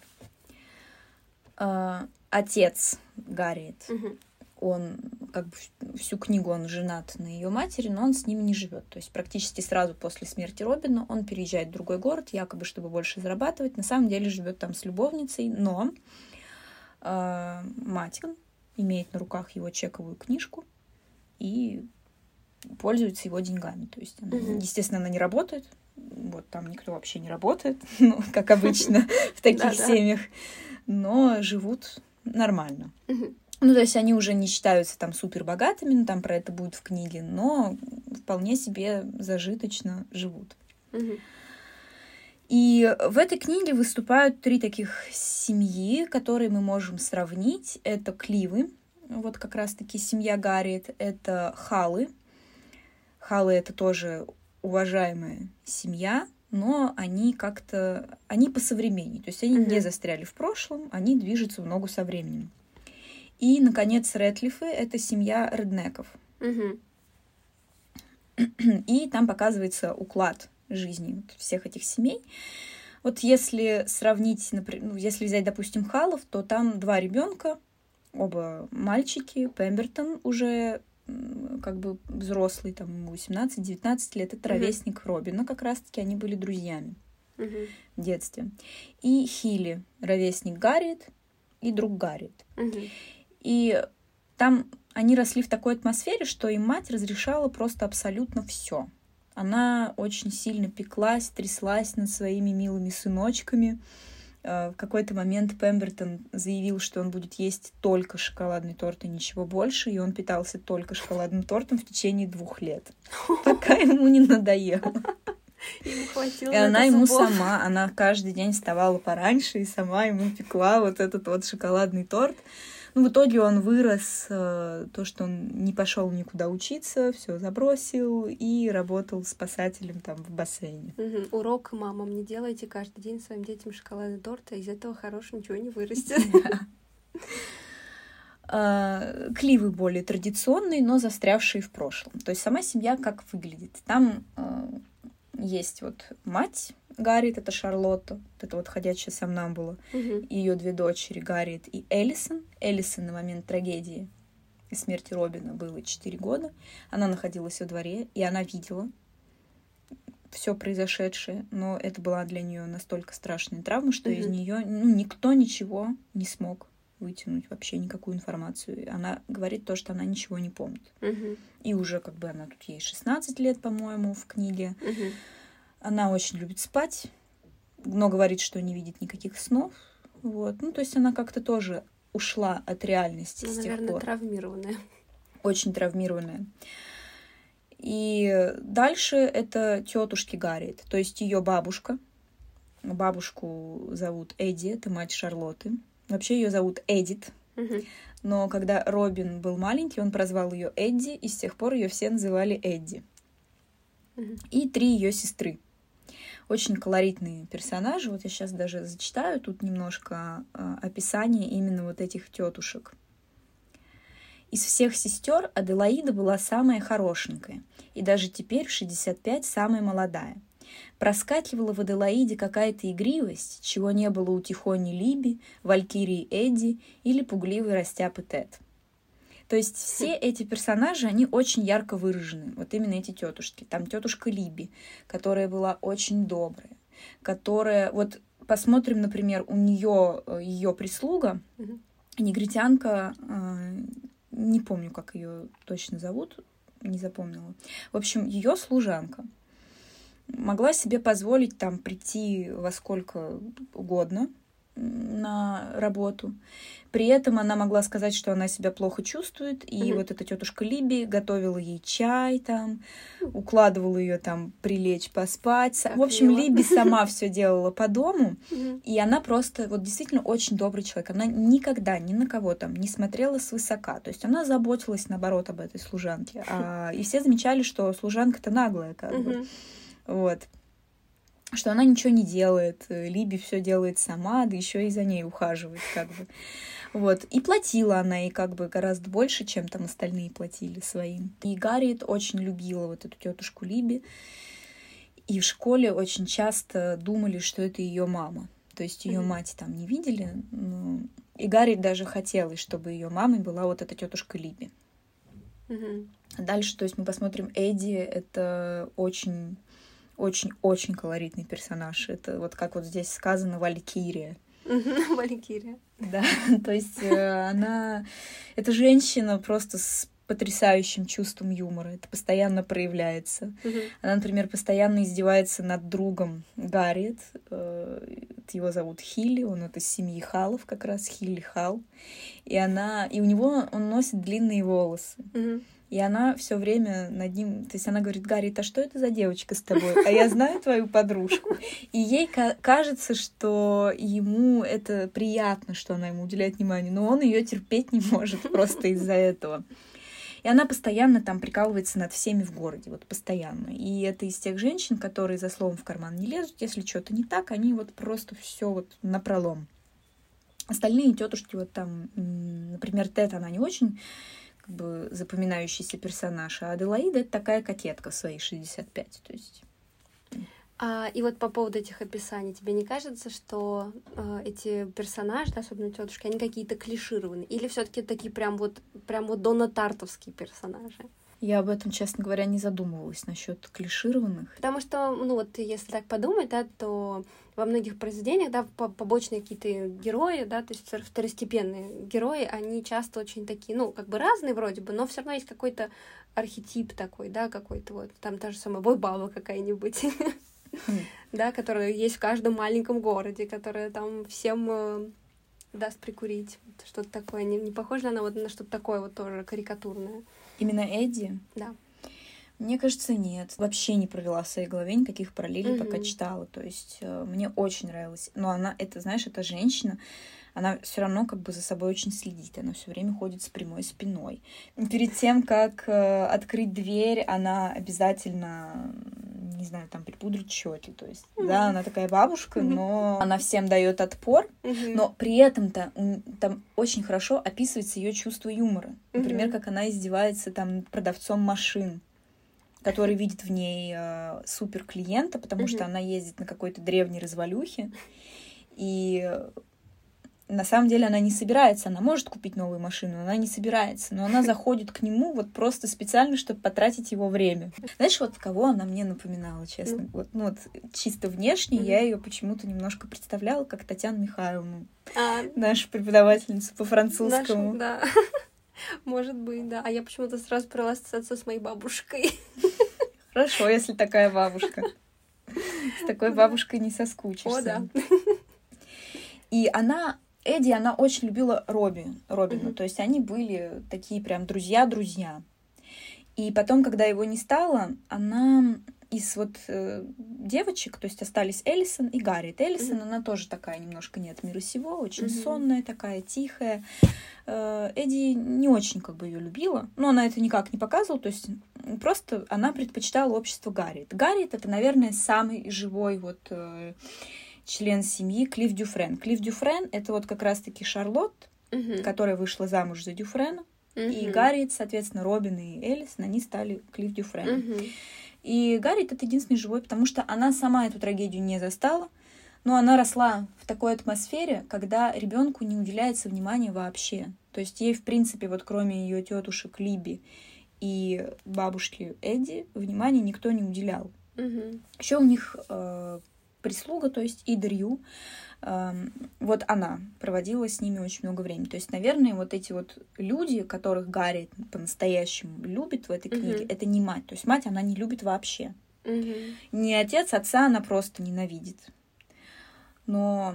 Отец Гарриет, он как бы всю книгу он женат на ее матери, но он с ними не живет. То есть практически сразу после смерти Робина он переезжает в другой город, якобы чтобы больше зарабатывать. На самом деле живет там с любовницей, но мать имеет на руках его чековую книжку и пользуется его деньгами. То есть, естественно, она не работает. Вот там никто вообще не работает, ну, как обычно в таких семьях, но живут нормально. Ну, то есть они уже не считаются там супер богатыми, ну, там про это будет в книге, но вполне себе зажиточно живут. И в этой книге выступают 3 таких семьи, которые мы можем сравнить. Это Кливы, вот как раз-таки семья Гарриет, это Халлы. Халлы — это тоже уважаемая семья, но они как-то, они посовременнее, то есть они не застряли в прошлом, они движутся в ногу со временем. И, наконец, Рэтлифы — это семья реднеков. И там показывается уклад жизни вот всех этих семей. Вот если сравнить, например, ну, если взять, допустим, Халлов, то там 2 ребенка, оба мальчики. Пембертон уже как бы взрослый, там ему 18-19 лет, это ровесник Робина, как раз-таки они были друзьями в детстве. И Хилли, ровесник Гарриет и друг Гарриет. И там они росли в такой атмосфере, что им мать разрешала просто абсолютно все. Она очень сильно пеклась, тряслась над своими милыми сыночками. В какой-то момент Пембертон заявил, что он будет есть только шоколадный торт и ничего больше, и он питался только шоколадным тортом в течение 2 лет, пока ему не надоело. И она ему сама, она каждый день вставала пораньше и сама ему пекла вот этот вот шоколадный торт. Ну, в итоге он вырос, то, что он не пошел никуда учиться, все забросил и работал спасателем там в бассейне. Урок мамам: не делайте каждый день своим детям шоколадный торт, а из этого хорошего ничего не вырастет. Кливы более традиционные, но застрявшие в прошлом. То есть сама семья как выглядит? Там есть вот мать Гарриет, это Шарлотта, вот это вот ходячая сомнамбула, и ее 2 дочери, Гарриет и Эллисон. Эллисон на момент трагедии смерти Робина было 4 года. Она находилась во дворе, и она видела все произошедшее, но это была для нее настолько страшная травма, что из нее никто ничего не смог вытянуть, вообще никакую информацию. Она говорит то, что она ничего не помнит. И уже как бы она тут ей 16 лет, по-моему, в книге. Она очень любит спать, но говорит, что не видит никаких снов. Вот. Ну, то есть она как-то тоже ушла от реальности с тех пор. Наверное, травмированная. Очень травмированная. И дальше это тетушки Гарриет, то есть ее бабушка. Бабушку зовут Эдди, это мать Шарлотты. Вообще ее зовут Эдит. Но когда Робин был маленький, он прозвал ее Эдди, и с тех пор ее все называли Эдди. И 3 ее сестры. Очень колоритные персонажи. Вот я сейчас даже зачитаю тут немножко описание именно вот этих тетушек. Из всех сестер Аделаида была самая хорошенькая, и даже теперь в 65 самая молодая. Проскакивала в Аделаиде какая-то игривость, чего не было у Тихони Либи, Валькирии Эдди или пугливой Растяпы Тед. То есть все эти персонажи, они очень ярко выражены. Вот именно эти тетушки. Там тетушка Либи, которая была очень добрая, которая... Вот посмотрим, например, у нее ее прислуга, негритянка... Не помню, как ее точно зовут, не запомнила. В общем, ее служанка могла себе позволить там прийти во сколько угодно на работу. При этом она могла сказать, что она себя плохо чувствует, и вот эта тетушка Либи готовила ей чай там, укладывала ее там прилечь поспать. Так, в общем, мило. Либи сама все делала по дому, и она просто вот действительно очень добрый человек. Она никогда ни на кого там не смотрела свысока. То есть она заботилась, наоборот, об этой служанке. И все замечали, что служанка-то наглая как бы. Вот. Что она ничего не делает, Либи все делает сама, да еще и за ней ухаживает, как бы. Вот. И платила она ей как бы гораздо больше, чем там остальные платили своим. И Гарриет очень любила вот эту тетушку Либи. И в школе очень часто думали, что это ее мама. То есть ее мать там не видели. И Гарриет даже хотелось, чтобы ее мамой была вот эта тетушка Либи. Дальше, то есть мы посмотрим Эдди, это очень-очень колоритный персонаж. Это вот как вот здесь сказано Валькирия. Валькирия. Да, то есть она... Это женщина просто с потрясающим чувством юмора. Это постоянно проявляется. Она, например, постоянно издевается над другом Гарриет. Его зовут Хилли, он вот из семьи Халлов как раз, Хилли Халл. И у него он носит длинные волосы. И она все время над ним... То есть она говорит: Гарриет, а что это за девочка с тобой? А я знаю твою подружку. И ей кажется, что ему это приятно, что она ему уделяет внимание, но он ее терпеть не может просто из-за этого. И она постоянно там прикалывается над всеми в городе, вот постоянно. И это из тех женщин, которые за словом в карман не лезут. Если что-то не так, они вот просто все вот напролом. Остальные тетушки вот там, например, Тед, она не очень... как бы запоминающийся персонаж, а Аделаида — это такая кокетка в свои 65, то есть... И вот по поводу этих описаний, тебе не кажется, что эти персонажи, особенно тетушки, они какие-то клишированные? Или все-таки такие прям вот Донна Тартовские персонажи? Я об этом, честно говоря, не задумывалась насчет клишированных. Потому что, ну вот, если так подумать, да, то во многих произведениях, да, побочные какие-то герои, да, то есть второстепенные герои, они часто очень такие, ну, как бы разные вроде бы, но все равно есть какой-то архетип такой, да, какой-то вот, там та же самая Вой-баба какая-нибудь, да, которая есть в каждом маленьком городе, которая там всем даст прикурить, что-то такое. Не похоже ли она вот на что-то такое вот тоже карикатурное? Именно Эдди? Да. Мне кажется, нет. Вообще не провела в своей голове никаких параллелей, пока читала. То есть мне очень нравилось. Но она, это, знаешь, эта женщина, она все равно как бы за собой очень следит. Она все время ходит с прямой спиной. Перед тем, как открыть дверь, она обязательно, не знаю, там припудрит щеки. То есть, да, она такая бабушка, но она всем дает отпор. Но при этом-то там очень хорошо описывается ее чувство юмора. Например, как она издевается там над продавцом машин, который видит в ней супер клиента, потому что она ездит на какой-то древней развалюхе, и на самом деле она не собирается, она может купить новую машину, но она не собирается, но она заходит к нему вот просто специально, чтобы потратить его время. Знаешь, вот кого она мне напоминала, честно? Вот, ну вот чисто внешне я ее почему-то немножко представляла как Татьяну Михайловну, нашу преподавательницу по французскому. Да. Может быть, да. А я почему-то сразу провела ассоциацию с моей бабушкой. Хорошо, если такая бабушка. С такой бабушкой не соскучишься. О, да. И Эдди, она очень любила Робина. То есть они были такие прям друзья-друзья. И потом, когда его не стало, она из вот девочек, то есть остались Эллисон и Гарриет. Эллисон, она тоже такая немножко не от мира сего, очень сонная такая, тихая. Эдди не очень как бы ее любила, но она это никак не показывала, то есть просто она предпочитала общество Гарриет. Гарриет — это, наверное, самый живой вот член семьи Клифф Дюфрен. Клифф Дюфрен — это вот как раз-таки Шарлотт, которая вышла замуж за Дюфрена, и Гарриет, соответственно, Робин и Эллисон, они стали Клифф Дюфреном. И Гарриет — это единственный живой, потому что она сама эту трагедию не застала, но она росла в такой атмосфере, когда ребенку не уделяется внимания вообще. То есть ей, в принципе, вот кроме ее тетушек Либи и бабушки Эдди, внимания никто не уделял. Еще у них прислуга, то есть Ида Рью, вот она проводила с ними очень много времени. То есть, наверное, вот эти вот люди, которых Гарри по-настоящему любит в этой книге, это не мать. То есть мать она не любит вообще. Не отец, отца она просто ненавидит. Но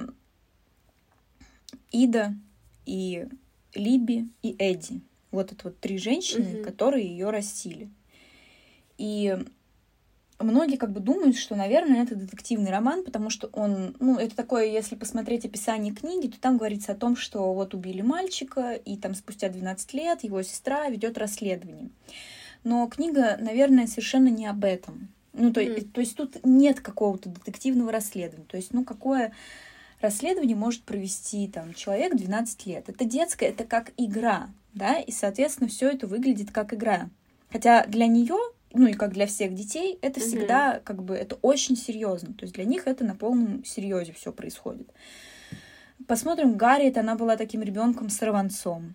Ида и Либи и Эдди, вот это вот 3 женщины, которые ее растили. И многие как бы думают, что, наверное, это детективный роман, потому что он, ну, это такое, если посмотреть описание книги, то там говорится о том, что вот убили мальчика, и там спустя 12 лет его сестра ведет расследование. Но книга, наверное, совершенно не об этом. Ну, то есть тут нет какого-то детективного расследования. То есть, ну, какое расследование может провести там человек 12 лет? Это детское, это как игра, да, и, соответственно, все это выглядит как игра. Хотя для нее, ну и как для всех детей, это всегда как бы это очень серьезно. То есть для них это на полном серьезе все происходит. Посмотрим, Гарриет, она была таким ребенком-сорванцом.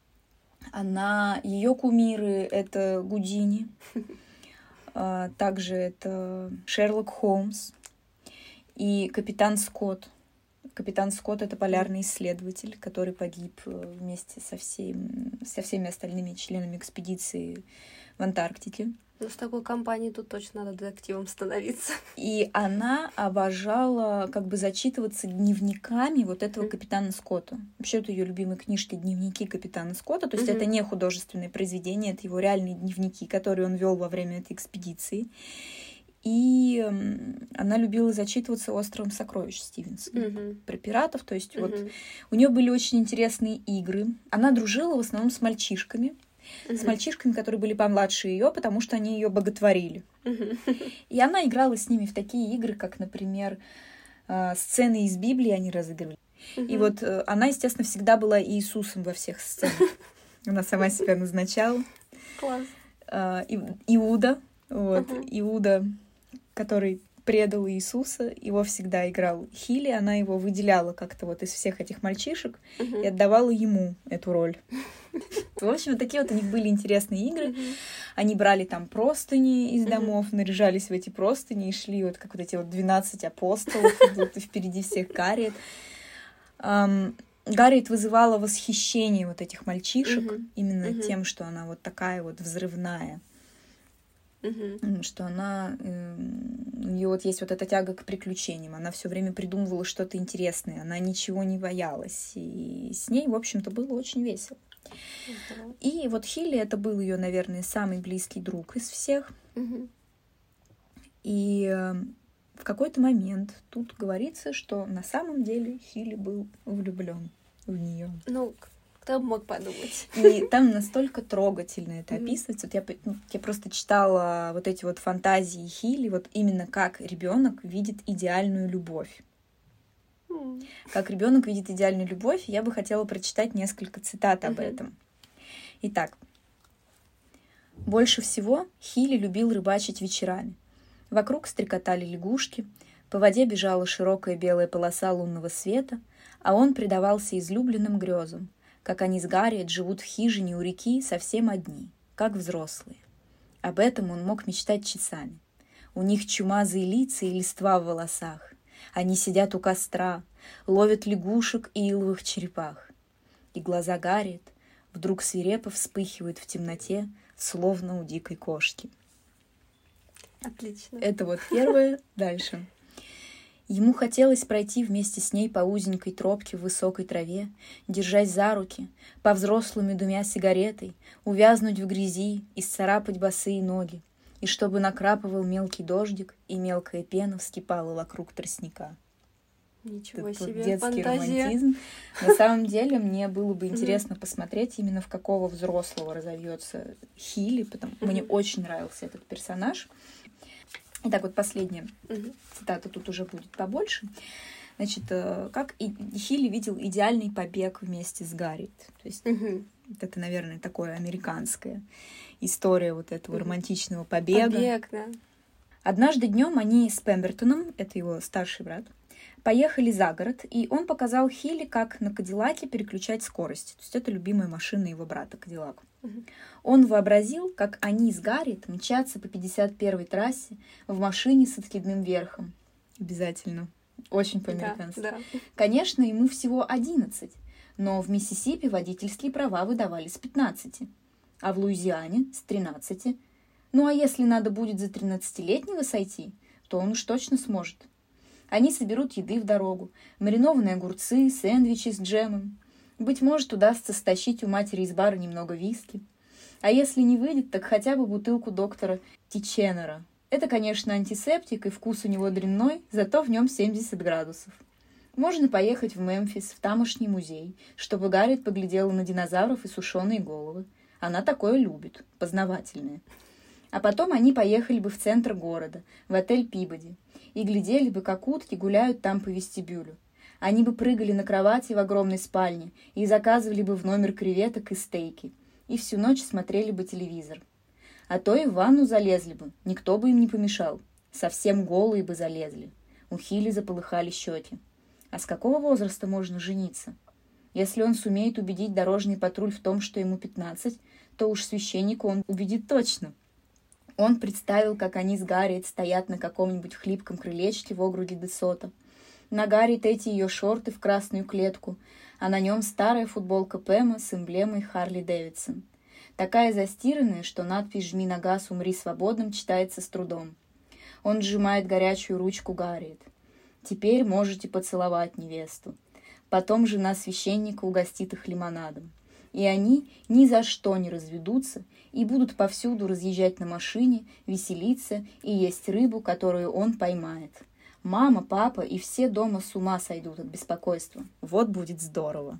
Ее кумиры — это Гудини, также это Шерлок Холмс и капитан Скотт. Капитан Скотт — это полярный исследователь, который погиб вместе со всеми остальными членами экспедиции в Антарктике. Ну, с такой компанией тут точно надо детективом становиться. И она обожала как бы зачитываться дневниками вот этого капитана Скотта. Вообще, это ее любимые книжки «Дневники капитана Скотта». То есть это не художественное произведение, это его реальные дневники, которые он вел во время этой экспедиции. И она любила зачитываться «Островом сокровищ» Стивенсона про пиратов. То есть вот у нее были очень интересные игры. Она дружила в основном с мальчишками, которые были помладше ее, потому что они ее боготворили. И она играла с ними в такие игры, как, например, сцены из Библии они разыгрывали. И вот она, естественно, всегда была Иисусом во всех сценах. Она сама себя назначала. Класс. Иуда, Иуда, который предал Иисуса, его всегда играл Хилли, она его выделяла как-то вот из всех этих мальчишек и отдавала ему эту роль. В общем, вот такие вот у них были интересные игры. Они брали там простыни из домов, наряжались в эти простыни и шли вот как вот эти вот 12 апостолов идут, и впереди всех Гарриет. Гарриет вызывала восхищение вот этих мальчишек именно тем, что она вот такая вот взрывная. Что у нее вот есть вот эта тяга к приключениям. Она все время придумывала что-то интересное. Она ничего не боялась. И с ней, в общем-то, было очень весело. И вот Хилли — это был ее, наверное, самый близкий друг из всех. И в какой-то момент тут говорится, что на самом деле Хилли был влюблен в нее. Ну, кто бы мог подумать. И там настолько трогательно это описывается. Вот я просто читала вот эти вот фантазии Хилли, вот именно как ребенок видит идеальную любовь. Как ребенок видит идеальную любовь, я бы хотела прочитать несколько цитат об этом. Итак. Больше всего Хилли любил рыбачить вечерами. Вокруг стрекотали лягушки, по воде бежала широкая белая полоса лунного света, А он предавался излюбленным грезам, как они с Гарриет живут в хижине у реки совсем одни, как взрослые. Об этом он мог мечтать часами. У них чумазые лица и листва в волосах. Они сидят у костра, ловят лягушек и иловых черепах. И глаза Гарриет вдруг свирепо вспыхивают в темноте, словно у дикой кошки. Отлично. Это вот первое. Дальше. Ему хотелось пройти вместе с ней по узенькой тропке в высокой траве, держась за руки, по-взрослому думя сигаретой, увязнуть в грязи, исцарапать босые ноги, и чтобы накрапывал мелкий дождик, и мелкая пена вскипала вокруг тростника. Ничего Это себе, детский фантазия. романтизм. На самом деле, мне было бы интересно посмотреть, именно в какого взрослого разовьется Хилли, потому что мне очень нравился этот персонаж. Итак, вот последняя цитата тут уже будет побольше. Значит, как Хилли видел идеальный побег вместе с Гарриет. То есть вот это, наверное, такое американская история вот этого романтичного побега. Побег, да. Однажды днем они с Пембертоном, это его старший брат, поехали за город, и он показал Хилли, как на Кадиллаке переключать скорость. То есть это любимая машина его брата, Кадиллак. Он вообразил, как они с Гарриет мчатся по 51-й трассе в машине с откидным верхом. Обязательно. Очень по-американски. Да. Конечно, ему всего 11, но в Миссисипи водительские права выдавали с 15, а в Луизиане с 13. Ну а если надо будет за 13-летнего сойти, то он уж точно сможет. Они соберут еды в дорогу, маринованные огурцы, сэндвичи с джемом. Быть может, удастся стащить у матери из бара немного виски. А если не выйдет, так хотя бы бутылку доктора Тиченера. Это, конечно, антисептик, и вкус у него дрянной, зато в нем 70 градусов. Можно поехать в Мемфис, в тамошний музей, чтобы Гарриет поглядела на динозавров и сушеные головы. Она такое любит, познавательное. А потом они поехали бы в центр города, в отель Пибоди, и глядели бы, как утки гуляют там по вестибюлю. Они бы прыгали на кровати в огромной спальне и заказывали бы в номер креветок и стейки, и всю ночь смотрели бы телевизор. А то и в ванну залезли бы, никто бы им не помешал. Совсем голые бы залезли. У Хилли заполыхали щеки. А с какого возраста можно жениться? Если он сумеет убедить дорожный патруль в том, что ему 15, то уж священника он убедит точно. Он представил, как они с Гарриет стоят на каком-нибудь хлипком крылечке в округе Десота. На Гарриет эти ее шорты в красную клетку, а на нем старая футболка Пэма с эмблемой Харли Дэвидсон. Такая застиранная, что надпись «Жми на газ, умри свободным» читается с трудом. Он сжимает горячую ручку Гарриет. «Теперь можете поцеловать невесту». Потом жена священника угостит их лимонадом. И они ни за что не разведутся и будут повсюду разъезжать на машине, веселиться и есть рыбу, которую он поймает. Мама, папа и все дома с ума сойдут от беспокойства. Вот будет здорово.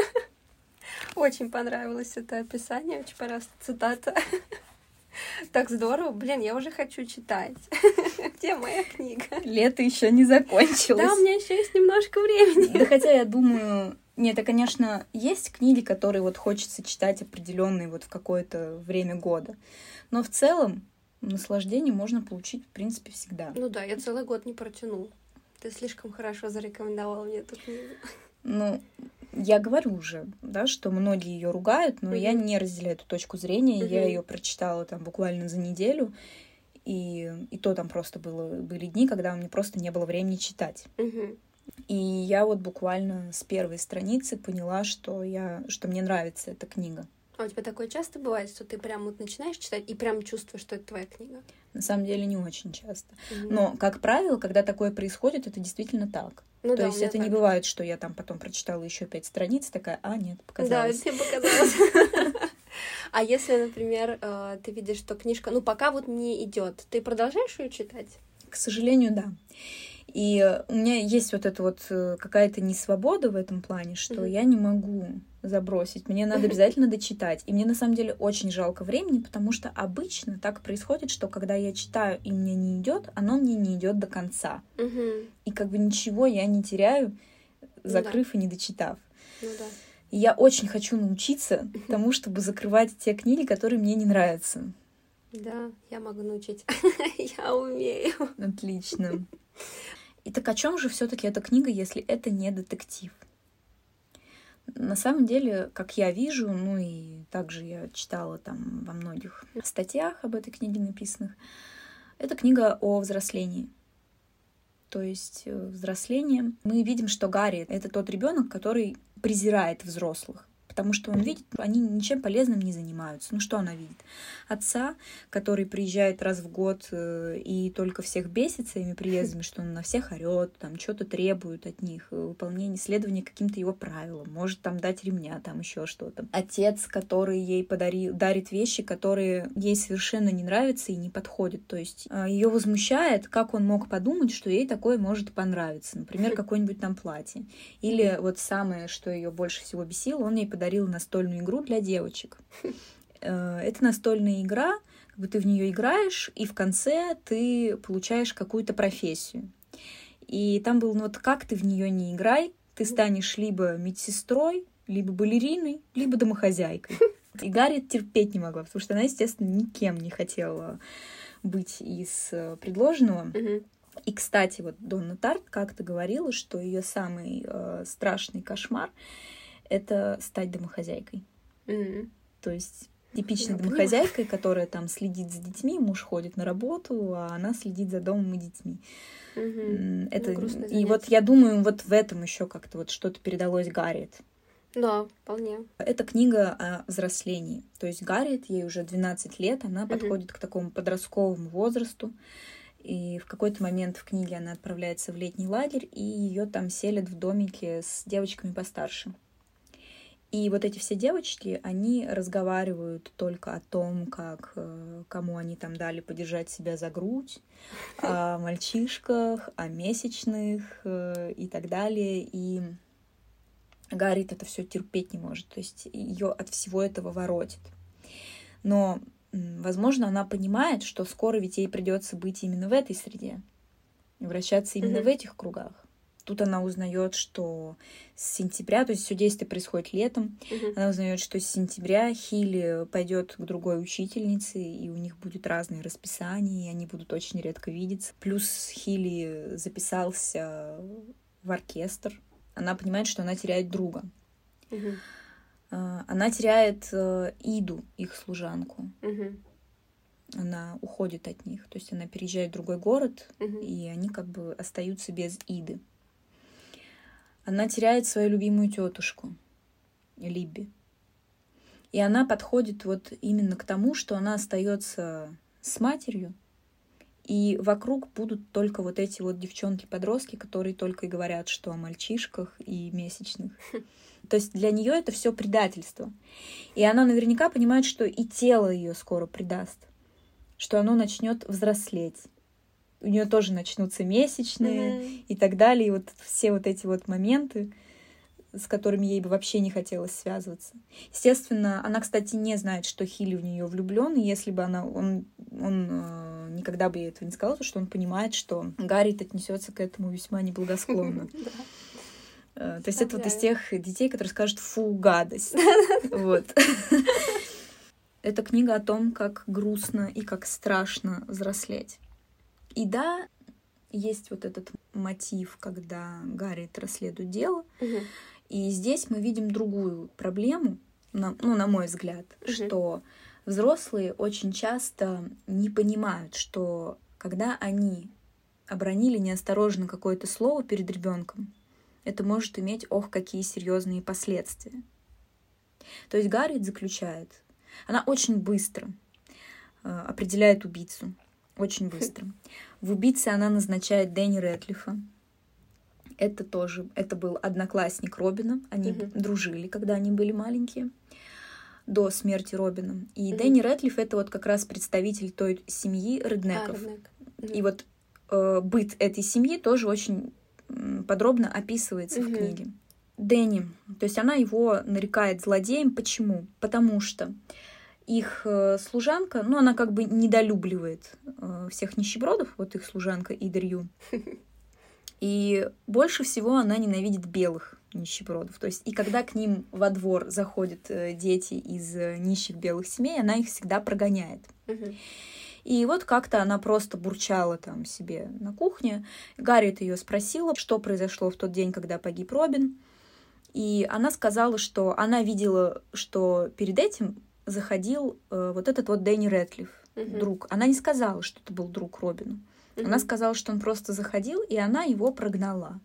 Очень понравилось это описание, очень понравилась цитата. Так здорово. Блин, я уже хочу читать. Где моя книга? Лето еще не закончилось. Да, у меня еще есть немножко времени. Да, хотя я думаю... Нет, это, конечно, есть книги, которые вот хочется читать определенные вот в какое-то время года. Но в целом наслаждение можно получить, в принципе, всегда. Ну да, я целый год не протяну. Ты слишком хорошо зарекомендовала мне эту книгу. Ну, я говорю уже, да, что многие ее ругают, но я не разделяю эту точку зрения. Я ее прочитала там буквально за неделю, и то там просто были дни, когда мне просто не было времени читать. И я вот буквально с первой страницы поняла, что мне нравится эта книга. А у тебя такое часто бывает, что ты прям вот начинаешь читать и прям чувствуешь, что это твоя книга? На самом деле не очень часто. Но, как правило, когда такое происходит, это действительно так. Ну, То да, есть это не бывает, что я там потом прочитала еще 5 страниц, такая, нет, показалось. Да, тебе показалось. А если, например, ты видишь, что книжка, пока вот не идет, ты продолжаешь ее читать? К сожалению, да. И у меня есть вот эта вот какая-то несвобода в этом плане, что я не могу забросить. Мне надо обязательно дочитать. И мне на самом деле очень жалко времени, потому что обычно так происходит, что когда я читаю и мне не идет, оно мне не идет до конца. И как бы ничего я не теряю, закрыв и не дочитав. И я очень хочу научиться тому, чтобы закрывать те книги, которые мне не нравятся. Да, я могу научить. Я умею. Отлично. И так о чем же все-таки эта книга, если это не детектив? На самом деле, как я вижу, ну и также я читала там во многих статьях об этой книге написанных, это книга о взрослении. То есть взросление. Мы видим, что Гарри — это тот ребенок, который презирает взрослых. Потому что он видит, они ничем полезным не занимаются. Ну что она видит? Отца, который приезжает раз в год и только всех бесит своими приездами, что он на всех орет, там что-то требует от них, выполнение, следование каким-то его правилам, может там дать ремня, там еще что-то. Отец, который ей дарит вещи, которые ей совершенно не нравятся и не подходят. То есть ее возмущает, как он мог подумать, что ей такое может понравиться. Например, какое-нибудь там платье. Или вот самое, что ее больше всего бесило, он ей подарил настольную игру для девочек. Это настольная игра, как бы ты в нее играешь, и в конце ты получаешь какую-то профессию. И там было, ну вот как ты в нее не играй, ты станешь либо медсестрой, либо балериной, либо домохозяйкой. И Гарри терпеть не могла, потому что она, естественно, никем не хотела быть из предложенного. И, кстати, вот Донна Тарт как-то говорила, что ее самый страшный кошмар — это стать домохозяйкой. То есть типичной домохозяйкой, которая там следит за детьми, муж ходит на работу, а она следит за домом и детьми. Это... И вот я думаю, вот в этом еще как-то вот что-то передалось Гарриет. Да, вполне. Это книга о взрослении. То есть Гарриет, ей уже 12 лет, она подходит к такому подростковому возрасту. И в какой-то момент в книге она отправляется в летний лагерь, и ее там селят в домике с девочками постарше. И вот эти все девочки, они разговаривают только о том, кому они там дали подержать себя за грудь, о мальчишках, о месячных и так далее. И Гарриет это все терпеть не может, то есть ее от всего этого воротит. Но, возможно, она понимает, что скоро ведь ей придется быть именно в этой среде, вращаться именно в этих кругах. Тут она узнает, что с сентября, то есть все действие происходит летом, она узнает, что с сентября Хилли пойдет к другой учительнице, и у них будет разные расписания, и они будут очень редко видеться. Плюс Хилли записался в оркестр. Она понимает, что она теряет друга. Она теряет Иду, их служанку. Она уходит от них. То есть она переезжает в другой город, и они как бы остаются без Иды. Она теряет свою любимую тетушку Либби. И она подходит вот именно к тому, что она остается с матерью, и вокруг будут только вот эти вот девчонки-подростки, которые только и говорят, что о мальчишках и месячных. То есть для нее это все предательство. И она наверняка понимает, что и тело ее скоро предаст, что оно начнет взрослеть. У нее тоже начнутся месячные и так далее. И вот все вот эти вот моменты, с которыми ей бы вообще не хотелось связываться. Естественно, она, кстати, не знает, что Хилли в нее влюблен, и если бы он никогда бы ей этого не сказал, то что он понимает, что Гарриет отнесется к этому весьма неблагосклонно. То есть это вот из тех детей, которые скажут «фу, гадость». Вот. Это книга о том, как грустно и как страшно взрослеть. И да, есть вот этот мотив, когда Гарриет расследует дело. И здесь мы видим другую проблему, на мой взгляд, что взрослые очень часто не понимают, что когда они обронили неосторожно какое-то слово перед ребенком, это может иметь, какие серьезные последствия. То есть Гарриет заключает, она очень быстро определяет убийцу. Очень быстро. В убийце она назначает Дэнни Рэдклиффа. Это был одноклассник Робина. Они дружили, когда они были маленькие, до смерти Робина. И Дэнни Рэдклифф — это вот как раз представитель той семьи реднеков. И вот быт этой семьи тоже очень подробно описывается в книге. Дэнни, то есть она его нарекает злодеем. Почему? Потому что их служанка, она как бы недолюбливает всех нищебродов, вот их служанка Ида Рью. И больше всего она ненавидит белых нищебродов. То есть и когда к ним во двор заходят дети из нищих белых семей, она их всегда прогоняет. И вот как-то она просто бурчала там себе на кухне. Гарриет ее спросила, что произошло в тот день, когда погиб Робин. И она сказала, что она видела, что перед этим заходил вот этот вот Дэнни Рэдклифф, друг. Она не сказала, что это был друг Робина. Она сказала, что он просто заходил, и она его прогнала.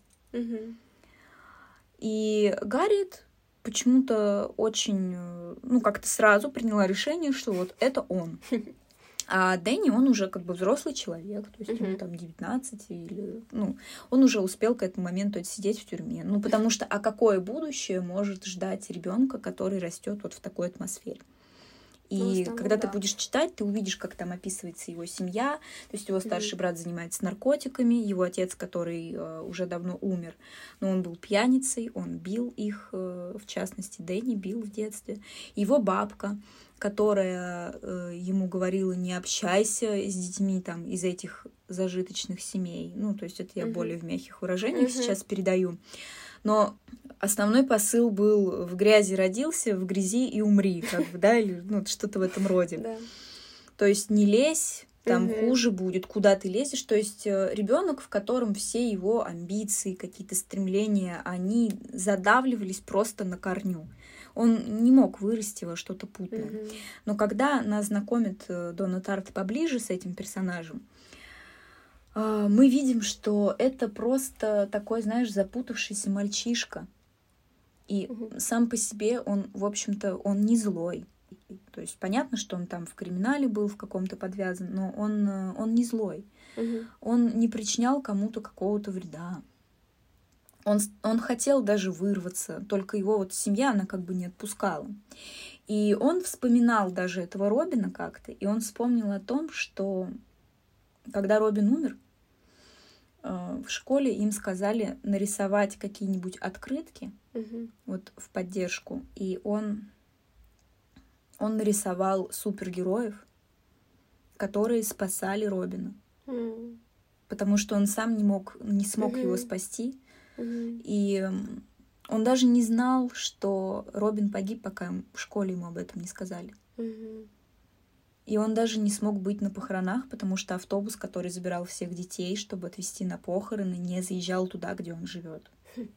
И Гарриет почему-то очень, как-то сразу приняла решение, что вот это он. А Дэнни, он уже как бы взрослый человек, то есть ему там 19, или, он уже успел к этому моменту сидеть в тюрьме. Потому что, а какое будущее может ждать ребенка, который растет вот в такой атмосфере? И когда ты будешь читать, ты увидишь, как там описывается его семья. То есть его старший брат занимается наркотиками, его отец, который уже давно умер, но он был пьяницей, он бил их, в частности, Дэнни бил в детстве. Его бабка, которая ему говорила: не общайся с детьми там из этих зажиточных семей. То есть это я более в мягких выражениях сейчас передаю. Но основной посыл был: в грязи родился, в грязи и умри, или что-то в этом роде. Да. То есть не лезь, там хуже будет, куда ты лезешь. То есть ребенок, в котором все его амбиции, какие-то стремления, они задавливались просто на корню. Он не мог вырасти во что-то путное. Но когда нас знакомит Донна Тарт поближе с этим персонажем, мы видим, что это просто такой, знаешь, запутавшийся мальчишка. И сам по себе он, в общем-то, он не злой. То есть понятно, что он там в криминале был в каком-то подвязан, но он не злой. Он не причинял кому-то какого-то вреда. Он хотел даже вырваться, только его вот семья, она как бы не отпускала. И он вспоминал даже этого Робина как-то, и он вспомнил о том, что когда Робин умер, в школе им сказали нарисовать какие-нибудь открытки вот в поддержку, и он нарисовал супергероев, которые спасали Робина, потому что он сам не смог его спасти, и он даже не знал, что Робин погиб, пока в школе ему об этом не сказали. И он даже не смог быть на похоронах, потому что автобус, который забирал всех детей, чтобы отвезти на похороны, не заезжал туда, где он живет.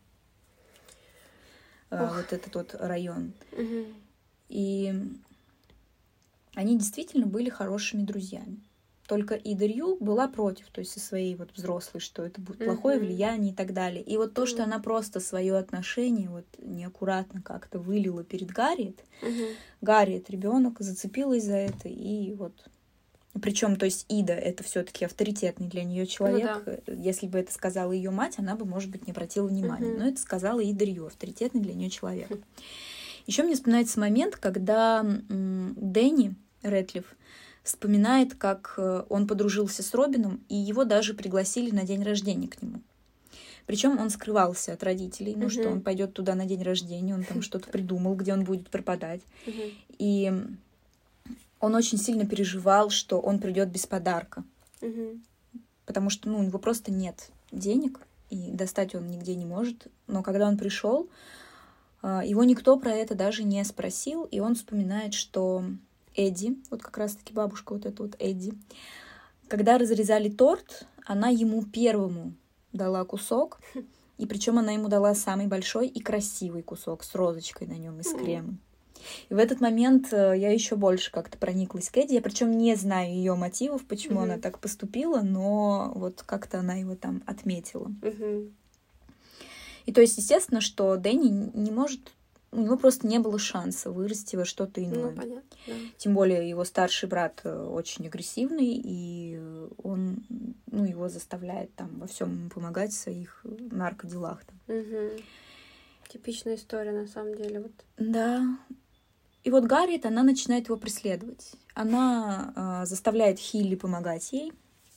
Вот этот вот район. И они действительно были хорошими друзьями. Только Ида Рью была против, то есть со своей вот взрослой, что это будет плохое влияние и так далее. И вот то, что она просто свое отношение вот неаккуратно как-то вылила перед Гарриет, Гарриет, ребенок, зацепилась за это, и вот. Причем, то есть Ида это все-таки авторитетный для нее человек. Если бы это сказала ее мать, она бы, может быть, не обратила внимания. Но это сказала Ида Рью, авторитетный для нее человек. Еще мне вспоминается момент, когда Дэнни Рэдклифф вспоминает, как он подружился с Робином, и его даже пригласили на день рождения к нему. Причем он скрывался от родителей, что он пойдет туда на день рождения, он там что-то придумал, где он будет пропадать. И он очень сильно переживал, что он придет без подарка. Потому что у него просто нет денег, и достать он нигде не может. Но когда он пришел, его никто про это даже не спросил, и он вспоминает, что Эдди, вот как раз-таки бабушка вот эта вот Эдди, когда разрезали торт, она ему первому дала кусок, и причем она ему дала самый большой и красивый кусок с розочкой на нем и с кремом. И в этот момент я еще больше как-то прониклась к Эдди. Я причем не знаю ее мотивов, почему она так поступила, но вот как-то она его там отметила. И то есть, естественно, что Дэнни не может... У него просто не было шанса вырасти во что-то иное. Понятно, да. Тем более его старший брат очень агрессивный, и он его заставляет там во всем помогать в своих наркоделах. Типичная история, на самом деле. Вот. Да. И вот Гарриет, она начинает его преследовать. Она заставляет Хилли помогать ей.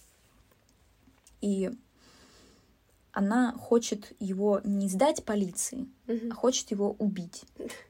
И она хочет его не сдать полиции, а хочет его убить.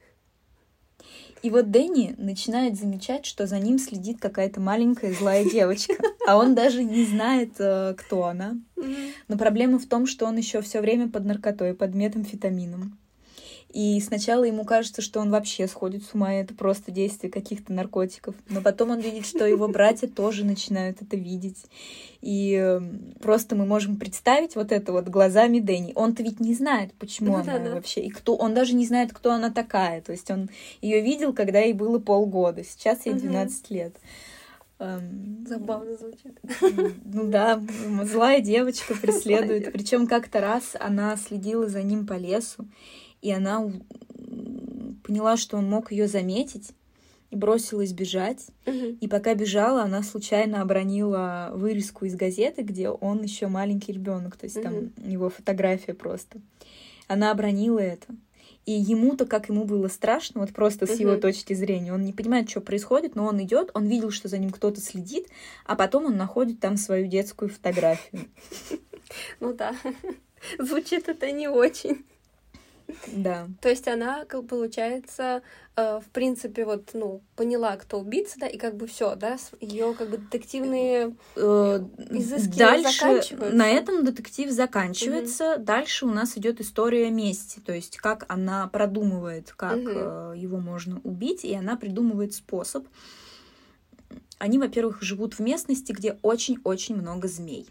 И вот Дэнни начинает замечать, что за ним следит какая-то маленькая злая девочка, а он даже не знает, кто она. Но проблема в том, что он еще все время под наркотой, под метамфетамином. И сначала ему кажется, что он вообще сходит с ума, и это просто действие каких-то наркотиков. Но потом он видит, что его братья тоже начинают это видеть. И просто мы можем представить вот это вот глазами Дэнни. Он-то ведь не знает, почему она вообще, и кто. Он даже не знает, кто она такая. То есть он ее видел, когда ей было полгода. Сейчас ей 12 лет. Забавно звучит. Ну да, злая девочка преследует. Причем как-то раз она следила за ним по лесу, и она поняла, что он мог ее заметить, и бросилась бежать. И пока бежала, она случайно обронила вырезку из газеты, где он еще маленький ребенок, то есть там его фотография просто. Она обронила это. И ему-то, как ему было страшно, вот просто с его точки зрения, он не понимает, что происходит, но он идет, он видел, что за ним кто-то следит, а потом он находит там свою детскую фотографию. Ну да, звучит это не очень. Да. То есть она, получается, в принципе, вот, поняла, кто убийца, да, и как бы все, да, ее как бы детективные изыски заканчиваются. На этом детектив заканчивается. Дальше у нас идет история мести, то есть как она продумывает, как его можно убить, и она придумывает способ. Они, во-первых, живут в местности, где очень-очень много змей.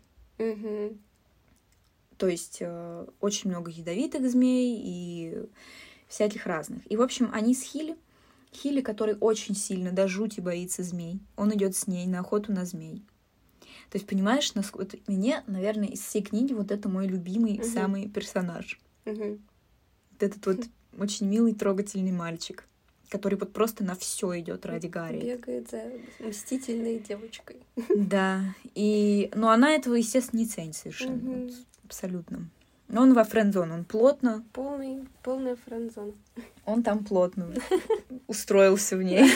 То есть очень много ядовитых змей и всяких разных. И, в общем, они с Хилли. Хилли, который очень сильно до жути боится змей. Он идет с ней на охоту на змей. То есть, понимаешь, мне, наверное, из всей книги вот это мой любимый самый персонаж. Вот этот вот очень милый, трогательный мальчик, который вот просто на все идет ради Гарри. Бегает за мстительной девочкой. Да. Но она этого, естественно, не ценит совершенно. Абсолютно. Но он во френд-зон, он плотно. Полная френд-зона. Он там плотно устроился в ней.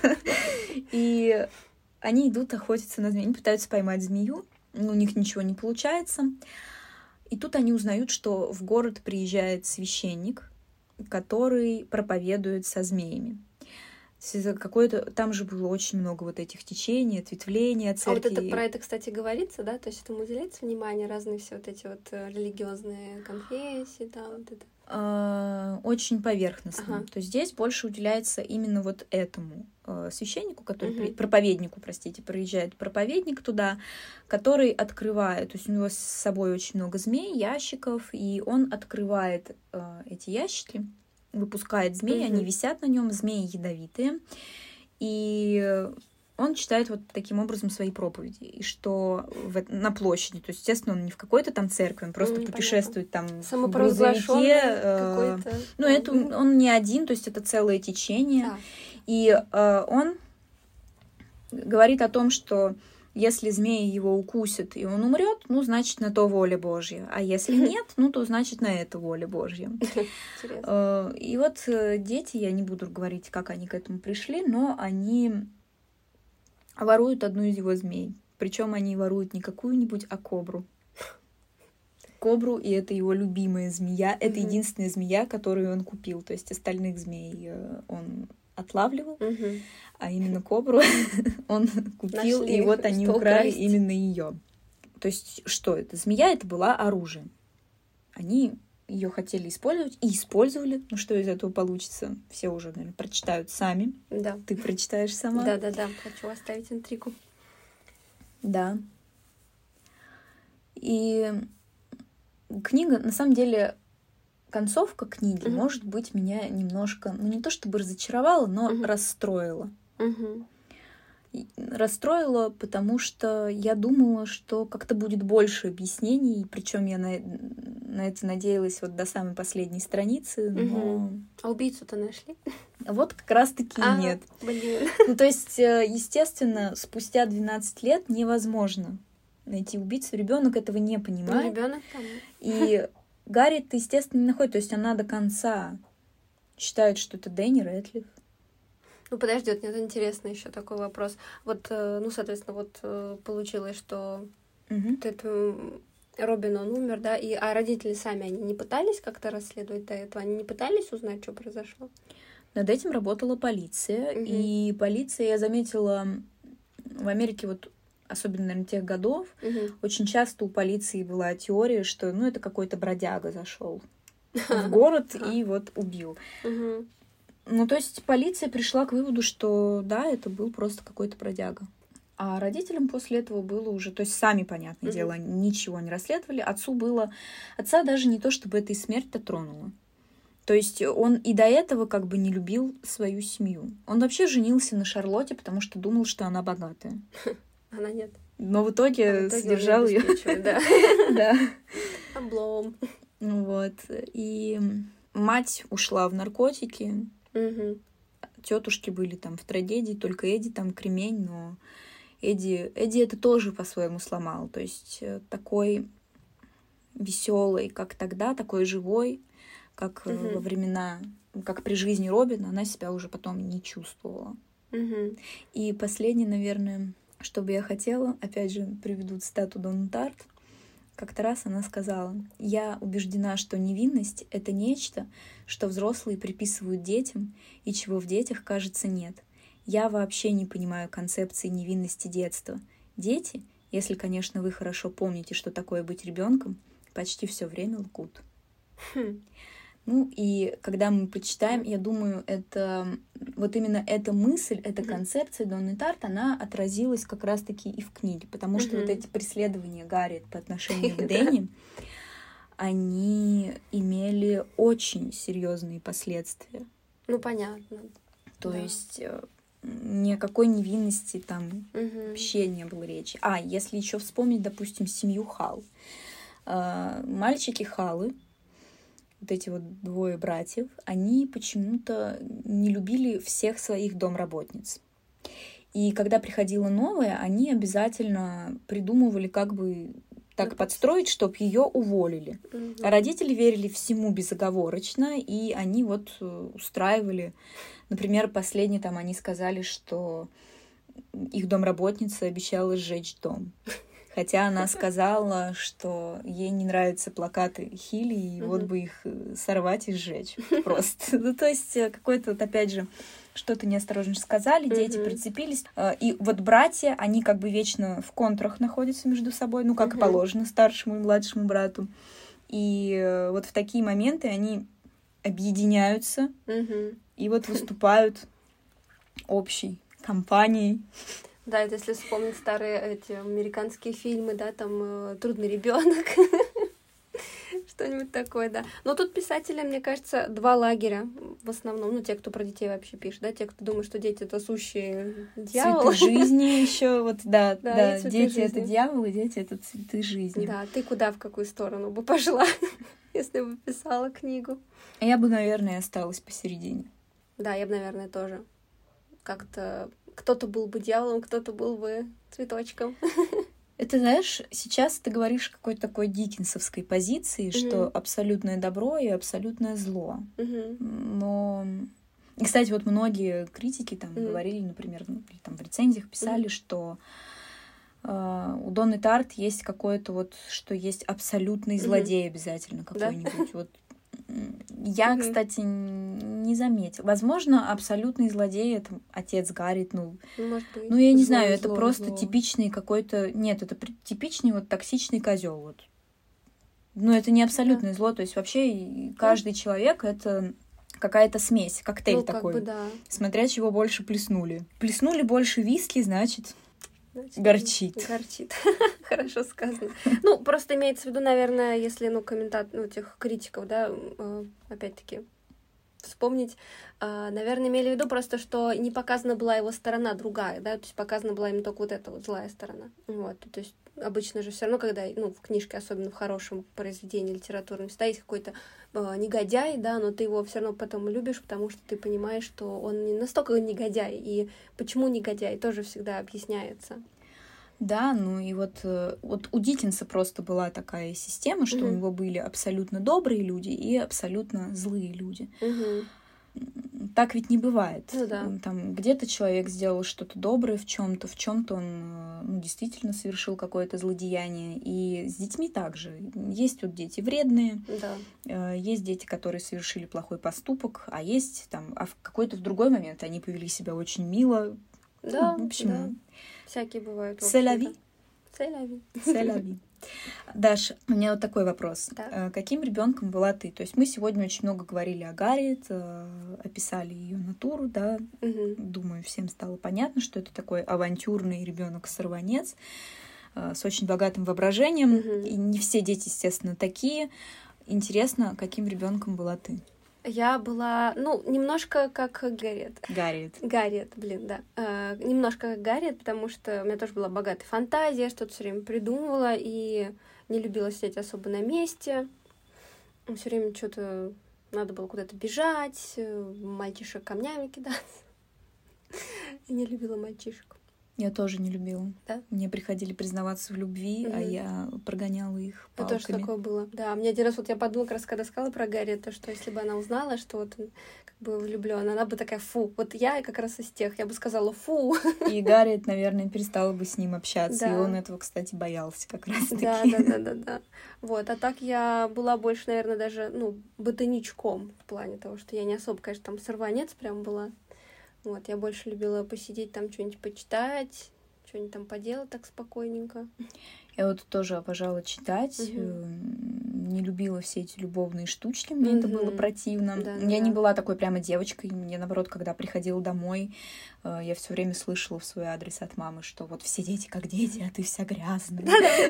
И они идут охотиться на змею. Они пытаются поймать змею, но у них ничего не получается. И тут они узнают, что в город приезжает священник, который проповедует со змеями. Там же было очень много вот этих течений, ответвлений от церкви. А вот про это, кстати, говорится, да? То есть этому уделяется внимание, разные все вот эти вот религиозные конфессии, да, вот это? Очень поверхностно. То есть здесь больше уделяется именно вот этому священнику, который, проповеднику, простите, приезжает проповедник туда, который открывает, то есть у него с собой очень много змей, ящиков, и он открывает эти ящики, выпускает змей, они висят на нем, змеи ядовитые, и он читает вот таким образом свои проповеди, и что на площади, то есть, естественно, он не в какой-то там церкви, он просто путешествует там в грузовике. Ну, это он не один, то есть это целое течение, и он говорит о том, что если змеи его укусят, и он умрет, ну, значит, на то воля Божья. А если нет, ну, то значит, на это воля Божья. И вот дети, я не буду говорить, как они к этому пришли, но они воруют одну из его змей. Причем они воруют не какую-нибудь, а кобру. Кобру, и это его любимая змея. Это единственная змея, которую он купил. То есть остальных змей он отлавливал, а именно кобру он купил, и вот они украли именно ее. То есть что это? Змея это была оружие. Они ее хотели использовать и использовали. Ну что из этого получится? Все уже, наверное, прочитают сами. Да. Ты прочитаешь сама. Да. Хочу оставить интригу. Да. И книга, на самом деле, концовка книги, может быть, меня немножко, ну не то чтобы разочаровала, но расстроила. Расстроила, потому что я думала, что как-то будет больше объяснений, причем я на это надеялась вот до самой последней страницы, но... А убийцу-то нашли? Вот как раз-таки нет. Блин. Ну, то есть, естественно, спустя 12 лет невозможно найти убийцу. Ребенок этого не понимает. Ребенок там. И Гарри-то, естественно, не находит. То есть она до конца считает, что это Дэнни Рэдклифф. Ну, подожди, вот мне интересно еще такой вопрос. Вот, ну, соответственно, вот получилось, что Робин, он умер, да, а родители сами, они не пытались как-то расследовать до этого? Они не пытались узнать, что произошло? Над этим работала полиция, и полиция, я заметила, в Америке вот особенно, наверное, тех годов, очень часто у полиции была теория, что, ну, это какой-то бродяга зашел. в город и вот убил. Ну, то есть полиция пришла к выводу, что да, это был просто какой-то бродяга. А родителям после этого было уже, то есть сами, понятное дело, ничего не расследовали. Отца даже не то, чтобы эта и смерть-то тронула. То есть он и до этого как бы не любил свою семью. Он вообще женился на Шарлотте, потому что думал, что она богатая. Она нет. Но в итоге содержал ее. Да. Облом. Вот. И мать ушла в наркотики. Тетушки были там в трагедии, только Эдди там кремень, но Эдди это тоже по-своему сломал. То есть такой веселый, как тогда, такой живой, как во времена, как при жизни Робина, она себя уже потом не чувствовала. И последнее, наверное, что бы я хотела, опять же, приведу цитату Донны Тарт. Как-то раз она сказала: «Я убеждена, что невинность — это нечто, что взрослые приписывают детям и чего в детях, кажется, нет. Я вообще не понимаю концепции невинности детства. Дети, если, конечно, вы хорошо помните, что такое быть ребенком, почти все время лгут». Ну и когда мы почитаем, я думаю, это вот именно эта мысль, эта концепция Донны Тарт, она отразилась как раз-таки и в книге, потому что вот эти преследования Гарри по отношению к Дэнни, они имели очень серьезные последствия. Ну, понятно. То есть никакой невинности там вообще не было речи. А если еще вспомнить, допустим, семью Халл. Мальчики Халлы, вот эти вот двое братьев, они почему-то не любили всех своих домработниц. И когда приходила новая, они обязательно придумывали, как бы так подстроить, чтобы ее уволили. А родители верили всему безоговорочно, и они вот устраивали. Например, последний там они сказали, что их домработница обещала сжечь дом. Хотя она сказала, что ей не нравятся плакаты Хилли, и вот бы их сорвать и сжечь просто. Ну, то есть какой-то вот, опять же, что-то неосторожно сказали, дети прицепились. И вот братья, они как бы вечно в контрах находятся между собой, ну, как и положено старшему и младшему брату. И вот в такие моменты они объединяются и вот выступают общей компанией. Да, это если вспомнить старые эти американские фильмы, да, там «Трудный ребенок», что-нибудь такое, да. Но тут писатели, мне кажется, два лагеря в основном, ну, те, кто про детей вообще пишет, да, те, кто думают, что дети — это сущие дьяволы. Цветы жизни еще, вот, да, дети — это дьяволы, дети — это цветы жизни. Да, ты куда, в какую сторону бы пошла, если бы писала книгу? Я бы, наверное, осталась посередине. Да, я бы, наверное, тоже как-то... Кто-то был бы дьяволом, кто-то был бы цветочком. Это, знаешь, сейчас ты говоришь какой-то такой диккенсовской позиции, что абсолютное добро и абсолютное зло. Но... И, кстати, вот многие критики там говорили, например, или там в рецензиях писали, что у Донны Тарт есть какое-то вот, что есть абсолютный злодей обязательно какой-нибудь. Да? Вот. Я, кстати, не заметила. Возможно, абсолютный злодей — это отец Гарри. Ну, я не знаю, это просто типичный какой-то... Нет, это типичный вот токсичный козел. Вот. Но это не абсолютное зло. То есть вообще каждый человек — это какая-то смесь, коктейль такой. Как бы, да. Смотря чего больше плеснули. Плеснули больше виски, значит горчит. Горчит. Хорошо сказано. Ну, просто имеется в виду, наверное, если, этих критиков, да, опять-таки, вспомнить, наверное, имели в виду просто, что не показана была его сторона другая, да, то есть показана была именно только вот эта вот злая сторона. Вот, то есть обычно же все равно, когда, в книжке, особенно в хорошем произведении литературном, всегда есть какой-то негодяй, да, но ты его все равно потом любишь, потому что ты понимаешь, что он не настолько негодяй, и почему негодяй тоже всегда объясняется. Да, ну и вот у Диккенса просто была такая система, что у него были абсолютно добрые люди и абсолютно злые люди. Так ведь не бывает. Ну, да. Там где-то человек сделал что-то доброе в чем-то он действительно совершил какое-то злодеяние. И с детьми также. Есть вот дети вредные, есть дети, которые совершили плохой поступок, а есть там, в какой-то в другой момент они повели себя очень мило. Да, в общем, да. Всякие бывают. C'est la vie. C'est la vie. C'est la vie. Даш, у меня вот такой вопрос. Да. Каким ребенком была ты? То есть мы сегодня очень много говорили о Гарриет, описали ее натуру, да. Думаю, всем стало понятно, что это такой авантюрный ребенок-сорванец с очень богатым воображением. И не все дети, естественно, такие. Интересно, каким ребенком была ты? Я была, немножко как Гарриет. Гарриет, блин, да. Немножко как Гарриет, потому что у меня тоже была богатая фантазия, что-то все время придумывала и не любила сидеть особо на месте. Все время что-то надо было куда-то бежать, мальчишек камнями кидаться. Я не любила мальчишек. Я тоже не любила. Да? Мне приходили признаваться в любви, а я прогоняла их палками. Это тоже такое было. Да, мне один раз я подумала, как раз когда сказала про Гарри, то, что если бы она узнала, что вот он как бы влюблён, она бы такая, фу. Вот я как раз из тех, я бы сказала, фу. И Гарри, наверное, перестала бы с ним общаться, и он этого, кстати, боялся как раз-таки. Да. Вот, а так я была больше, наверное, даже, ботаничком в плане того, что я не особо, конечно, там сорванец прям была. Вот, я больше любила посидеть там, что-нибудь почитать, что-нибудь там поделать так спокойненько. Я вот тоже обожала читать, не любила все эти любовные штучки, мне это было противно. Я не была такой прямо девочкой, мне, наоборот, когда приходила домой, я все время слышала в свой адрес от мамы, что вот все дети как дети, а ты вся грязная.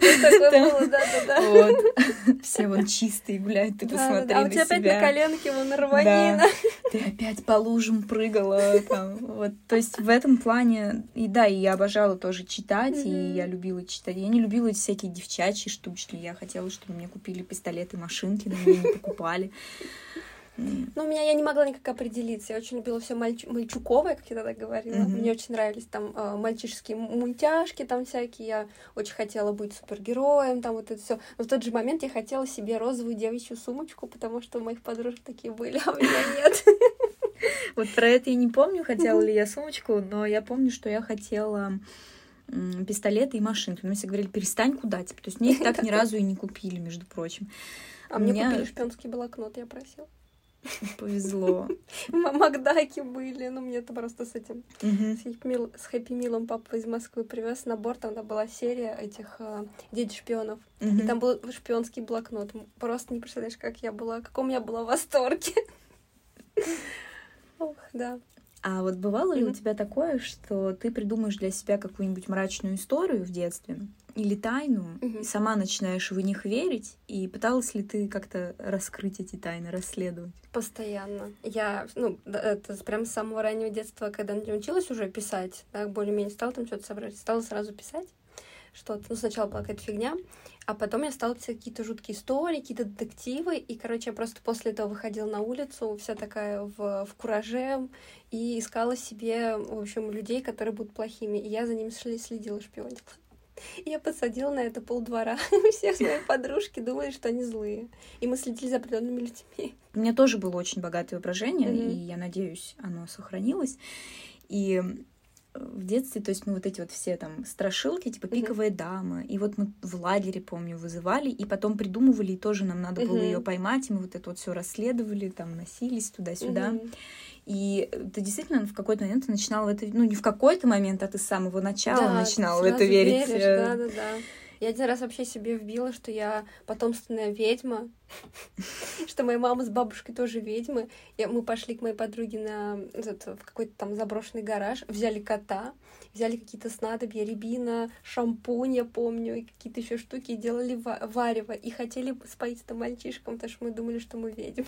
Да. Все вон чистые гуляют, ты посмотри на себя. А у тебя опять на коленке вон рванина. Ты опять по лужам прыгала. Вот. То есть в этом плане, и я обожала тоже читать, и я любила читать. Я не любила эти всякие девчачьи штучки. Я хотела, чтобы мне купили пистолеты, машинки, но мне не покупали. Я не могла никак определиться. Я очень любила все мальчуковое, как я тогда говорила. Мне очень нравились там мальчишеские мультяшки там всякие. Я очень хотела быть супергероем, там вот это все. Но в тот же момент я хотела себе розовую девичью сумочку, потому что у моих подружек такие были, а у меня нет. Вот про это я не помню, хотела ли я сумочку, но я помню, что я хотела пистолеты и машинки. Мне все говорили, перестань, куда тебе. То есть мне их так ни разу и не купили, между прочим. А мне купили шпионский блокнот, я просила. Повезло. Макдаки были, мне это просто с этим, с Хэппи Милом папа из Москвы привез набор, там была серия этих дядь-шпионов, и там был шпионский блокнот. Просто не представляешь, каком я была в восторге. Ох, да. А вот бывало ли у тебя такое, что ты придумаешь для себя какую-нибудь мрачную историю в детстве или тайну, и сама начинаешь в них верить, и пыталась ли ты как-то раскрыть эти тайны, расследовать? Постоянно. Я, это прям с самого раннего детства, когда научилась уже писать, так, более-менее стала там что-то собрать, стала сразу писать что-то. Сначала была какая-то фигня, а потом я стала писать какие-то жуткие истории, какие-то детективы, и, я просто после этого выходила на улицу, вся такая в кураже, и искала себе, в общем, людей, которые будут плохими, и я за ними следила, шпионила. И я подсадила на это полдвора. Все мои подружки думали, что они злые. И мы следили за определенными людьми. У меня тоже было очень богатое воображение, и я надеюсь, оно сохранилось. И в детстве, то есть мы вот эти вот все там страшилки, типа «Пиковая дама», и вот мы в лагере, помню, вызывали, и потом придумывали, и тоже нам надо было ее поймать, и мы вот это вот все расследовали, там носились туда-сюда. И ты действительно в какой-то момент начинала в это... не в какой-то момент, а ты с самого начала начинала в это верить. Да. Я один раз вообще себе вбила, что я потомственная ведьма, что моя мама с бабушкой тоже ведьмы. Мы пошли к моей подруге в какой-то там заброшенный гараж, взяли кота, взяли какие-то снадобья, рябина, шампунь, я помню, и какие-то еще штуки, и делали варево. И хотели споить это мальчишкам, потому что мы думали, что мы ведьмы.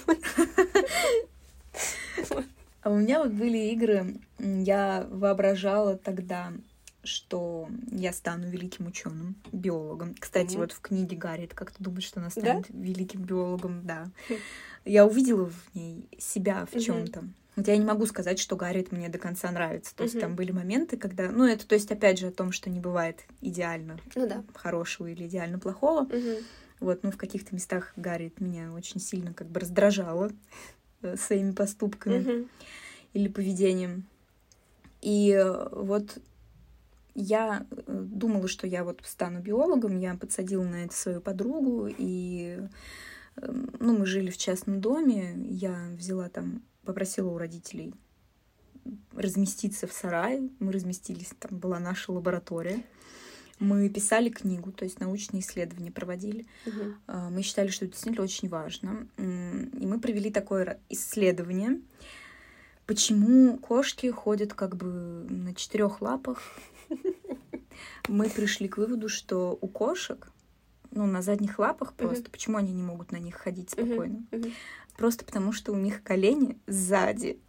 А у меня вот были игры, я воображала тогда, что я стану великим ученым, биологом. Кстати, вот в книге Гарриет, как ты думаешь, что она станет великим биологом? Да. Я увидела в ней себя в чем-то. Вот я не могу сказать, что Гарриет мне до конца нравится. То есть там были моменты, когда... это, то есть, опять же, о том, что не бывает идеально хорошего или идеально плохого. Вот, в каких-то местах Гарриет меня очень сильно как бы раздражала своими поступками или поведением. И вот я думала, что я вот стану биологом, я подсадила на это свою подругу, и мы жили в частном доме, я взяла там, попросила у родителей разместиться в сарае, мы разместились, там была наша лаборатория. Мы писали книгу, то есть научные исследования проводили. Мы считали, что это действительно очень важно. И мы провели такое исследование, почему кошки ходят как бы на 4 лапах. Мы пришли к выводу, что у кошек, на задних лапах просто, почему они не могут на них ходить спокойно? Просто потому, что у них колени сзади.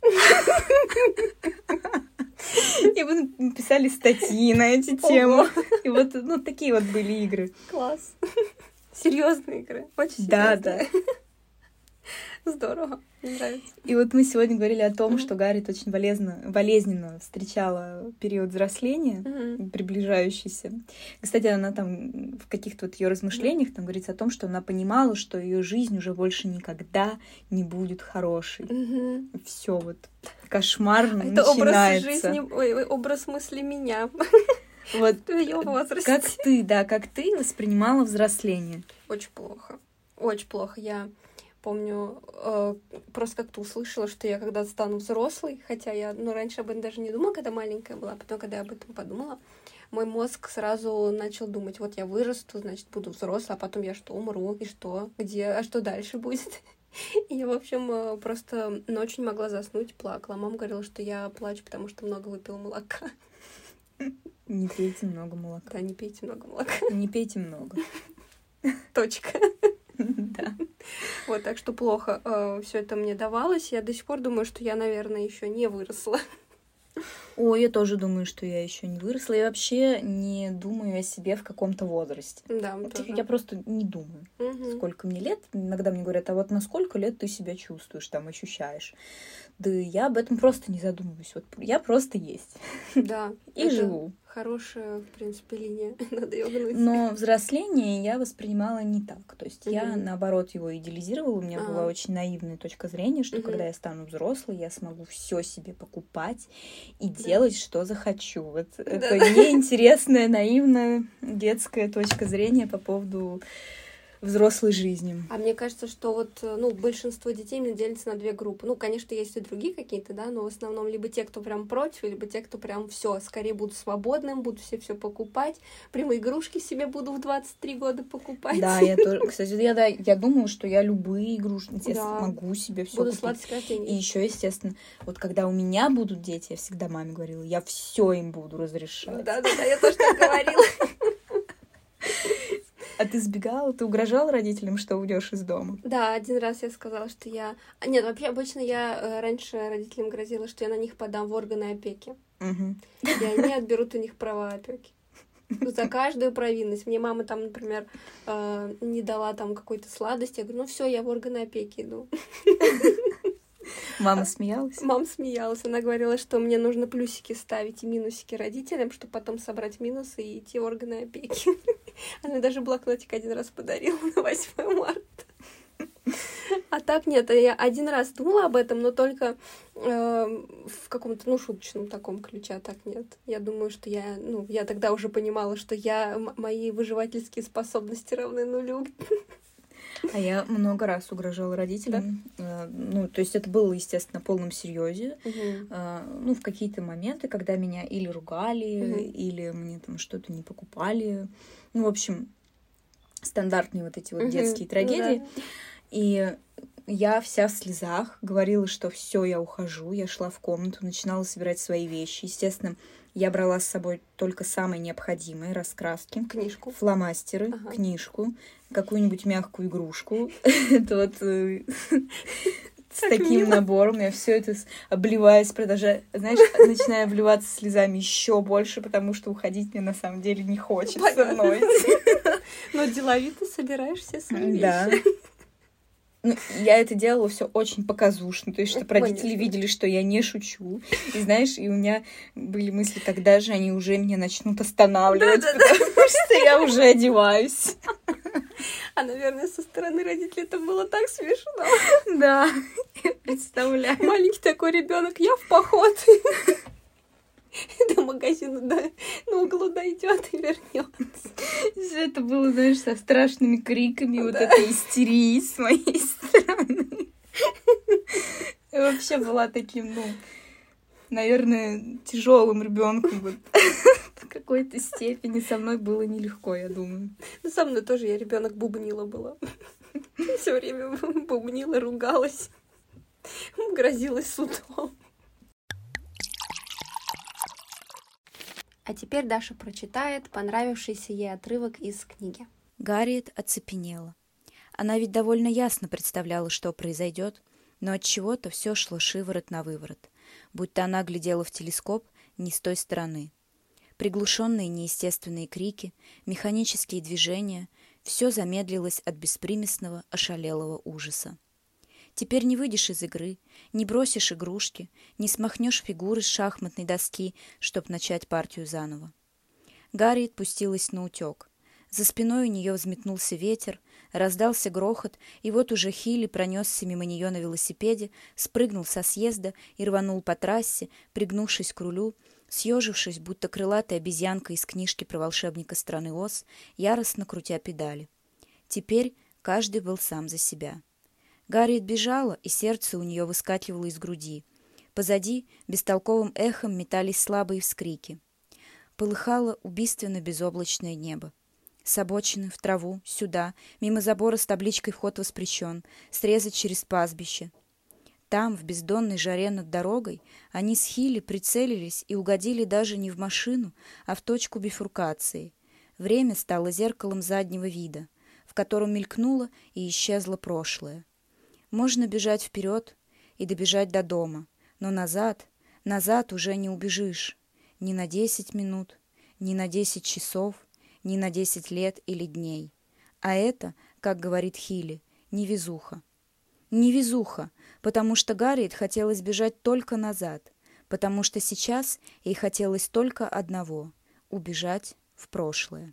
И мы писали статьи на эти темы. И вот, такие вот были игры. Класс. Серьезные игры. Очень серьезные. Да. Здорово. Мне нравится. И вот мы сегодня говорили о том, что Гарриет очень болезненно встречала период взросления, приближающийся. Кстати, она там в каких-то вот ее размышлениях там говорится о том, что она понимала, что ее жизнь уже больше никогда не будет хорошей. Все вот кошмар начинается. Это образ жизни, образ мысли меня. Вот в ее возрасте. Как ты воспринимала взросление? Очень плохо. Очень плохо. Я помню, просто как-то услышала, что я когда-то стану взрослой, хотя я, раньше об этом даже не думала, когда маленькая была, потом, когда я об этом подумала, мой мозг сразу начал думать, вот я вырасту, значит, буду взрослой, а потом я что, умру, и что, где, а что дальше будет? И я, в общем, просто ночью не могла заснуть, плакала. Мама говорила, что я плачу, потому что много выпила молока. Не пейте много молока. Да, не пейте много молока. Не пейте много. Точка. Да. Вот, так что плохо все это мне давалось. Я до сих пор думаю, что я, наверное, еще не выросла. Ой, я тоже думаю, что я еще не выросла. Я вообще не думаю о себе в каком-то возрасте. Да, тоже. Я просто не думаю, сколько мне лет. Иногда мне говорят, а вот на сколько лет ты себя чувствуешь, там, ощущаешь. Да я об этом просто не задумываюсь. Вот я просто есть. Да. И живу. Хорошая, в принципе, линия. Надо ее гнуть. Но взросление я воспринимала не так. То есть я, наоборот, его идеализировала. У меня была очень наивная точка зрения, что когда я стану взрослой, я смогу все себе покупать и делать, что захочу. Вот это неинтересная, наивная, детская точка зрения по поводу взрослой жизни. А мне кажется, что вот, большинство детей именно делятся на 2 группы. Конечно, есть и другие какие-то, да, но в основном либо те, кто прям против, либо те, кто прям все, скорее буду свободным, буду все покупать, прямо игрушки себе буду в 23 года покупать. Да, я тоже, кстати, я думаю, что я любые игрушки, я могу себе все купить. Буду сладкое рождение. И еще, естественно, вот когда у меня будут дети, я всегда маме говорила, я все им буду разрешать. Да, я тоже так говорила. А ты сбегала? Ты угрожала родителям, что уйдешь из дома? Да, один раз я сказала, что я... Нет, вообще, обычно я раньше родителям грозила, что я на них подам в органы опеки. И они отберут у них права опеки. За каждую провинность. Мне мама там, например, не дала там какой-то сладости. Я говорю, все, я в органы опеки иду. Мама смеялась? Мама смеялась. Она говорила, что мне нужно плюсики ставить и минусики родителям, чтобы потом собрать минусы и идти в органы опеки. Она даже блокнотик один раз подарила на 8 марта. А так нет, я один раз думала об этом, но только в каком-то, шуточном таком ключе, а так нет. Я думаю, что я тогда уже понимала, что мои выживательские способности равны нулю. А я много раз угрожала родителям. Да? То есть это было, естественно, на полном серьезе. В какие-то моменты, когда меня или ругали, или мне там что-то не покупали. В общем, стандартные вот эти вот детские трагедии. Да. И я вся в слезах говорила, что все, я ухожу. Я шла в комнату, начинала собирать свои вещи. Естественно, я брала с собой только самые необходимые раскраски. Книжку. Фломастеры, книжку, какую-нибудь мягкую игрушку. Это вот с таким набором. Я все это обливаюсь, продолжаю, начинаю обливаться слезами еще больше, потому что уходить мне на самом деле не хочется. Но деловито собираешь все свои вещи. Да. Я это делала все очень показушно, то есть, чтобы родители видели, что я не шучу. И и у меня были мысли, когда же они уже меня начнут останавливать, потому что я уже одеваюсь. А, наверное, со стороны родителей это было так смешно. Да, я представляю. Маленький такой ребенок, я в поход. До магазина на углу дойдет и вернется. Все это было, со страшными криками, вот этой истерии с моей стороны. Я вообще была таким, наверное, тяжелым ребенком. Вот. В какой-то степени со мной было нелегко, я думаю. Ну, со мной тоже я ребенок бубнила была. Все время бубнила, ругалась, грозилась судом. А теперь Даша прочитает понравившийся ей отрывок из книги. Гарриет оцепенела. Она ведь довольно ясно представляла, что произойдет, но от чего-то все шло шиворот на выворот, будто она глядела в телескоп не с той стороны. Приглушенные неестественные крики, механические движения — все замедлилось от беспримесного, ошалелого ужаса. Теперь не выйдешь из игры, не бросишь игрушки, не смахнешь фигуры с шахматной доски, чтоб начать партию заново. Гарриет пустилась наутек. За спиной у нее взметнулся ветер, раздался грохот, и вот уже Хилли пронесся мимо нее на велосипеде, спрыгнул со съезда и рванул по трассе, пригнувшись к рулю, съежившись, будто крылатая обезьянка из книжки про волшебника страны Оз, яростно крутя педали. Теперь каждый был сам за себя. Гарриет бежала, и сердце у нее выскакивало из груди. Позади бестолковым эхом метались слабые вскрики. Полыхало убийственно безоблачное небо. С обочины, в траву, сюда, мимо забора с табличкой «Вход воспрещен», срезать через пастбище. Там, в бездонной жаре над дорогой, они с Хилли прицелились и угодили даже не в машину, а в точку бифуркации. Время стало зеркалом заднего вида, в котором мелькнуло и исчезло прошлое. Можно бежать вперед и добежать до дома, но назад уже не убежишь. Ни на 10 минут, ни на 10 часов, ни на 10 лет или дней. А это, как говорит Хилли, невезуха. Невезуха, потому что Гарриет хотелось бежать только назад, потому что сейчас ей хотелось только одного — убежать в прошлое.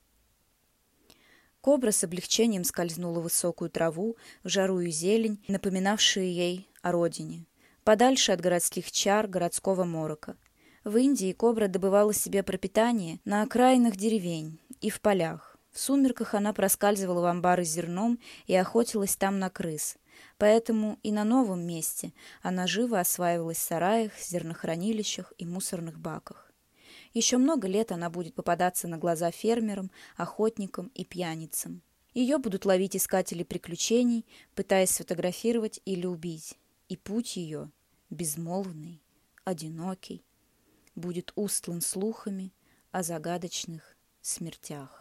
Кобра с облегчением скользнула в высокую траву, в жару и зелень, напоминавшие ей о родине, подальше от городских чар, городского морока. В Индии кобра добывала себе пропитание на окраинах деревень и в полях. В сумерках она проскальзывала в амбары с зерном и охотилась там на крыс. Поэтому и на новом месте она живо осваивалась в сараях, зернохранилищах и мусорных баках. Еще много лет она будет попадаться на глаза фермерам, охотникам и пьяницам. Ее будут ловить искатели приключений, пытаясь сфотографировать или убить. И путь ее, безмолвный, одинокий, будет устлан слухами о загадочных смертях.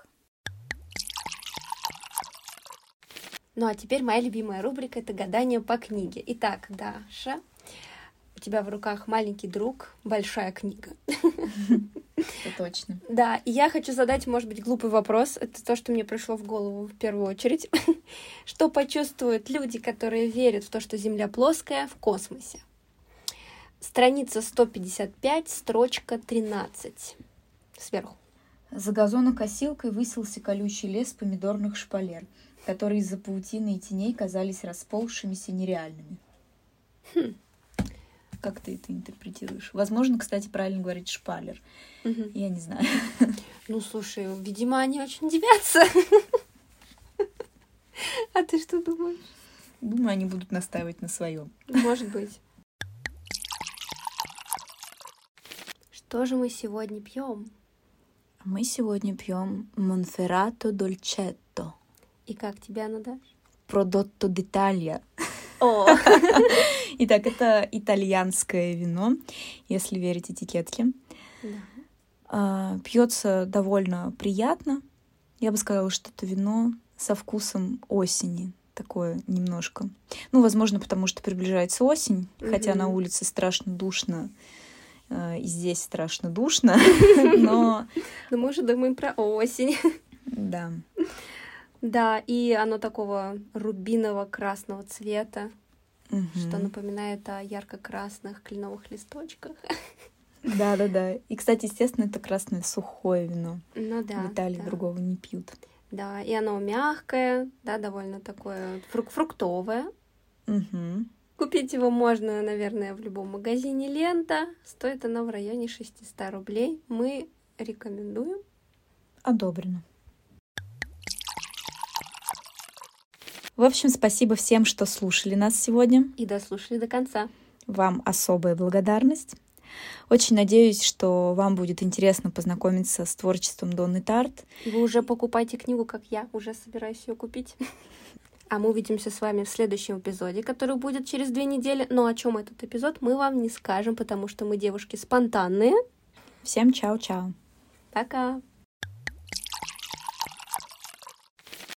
Ну а теперь моя любимая рубрика — это гадание по книге. Итак, Даша, у тебя в руках маленький друг, большая книга. Это точно. Да, и я хочу задать, может быть, глупый вопрос. Это то, что мне пришло в голову в первую очередь. Что почувствуют люди, которые верят в то, что Земля плоская, в космосе? Страница 155, строчка 13. Сверху. За газонокосилкой высился колючий лес помидорных шпалер, которые из-за паутины и теней казались расползшимися нереальными. Как ты это интерпретируешь? Возможно, кстати, правильно говорить шпалер. Я не знаю. Ну, слушай, видимо, они очень удивятся. А ты что думаешь? Думаю, они будут настаивать на своем. Может быть. Что же мы сегодня пьем? Мы сегодня пьем Монферрато Долчетто. И как тебе оно, Даш? Продотто d'Italia. О! Итак, это итальянское вино, если верить этикетке. Да. Пьется довольно приятно. Я бы сказала, что это вино со вкусом осени. Такое немножко. Ну, возможно, потому что приближается осень, хотя на улице страшно душно. И здесь страшно душно, но... Но мы уже думаем про осень. Да. Да, и оно такого рубиново-красного цвета, что напоминает о ярко-красных кленовых листочках. Да. И, кстати, естественно, это красное сухое вино. Ну да. В Италии другого не пьют. Да, и оно мягкое, да, довольно такое фруктовое. Купить его можно, наверное, в любом магазине «Лента». Стоит оно в районе 600 рублей. Мы рекомендуем. Одобрено. В общем, спасибо всем, что слушали нас сегодня. И дослушали до конца. Вам особая благодарность. Очень надеюсь, что вам будет интересно познакомиться с творчеством Донны Тарт. Вы уже покупайте книгу, как я, уже собираюсь ее купить. А мы увидимся с вами в следующем эпизоде, который будет через 2 недели. Но о чем этот эпизод, мы вам не скажем, потому что мы девушки спонтанные. Всем чао-чао. Пока!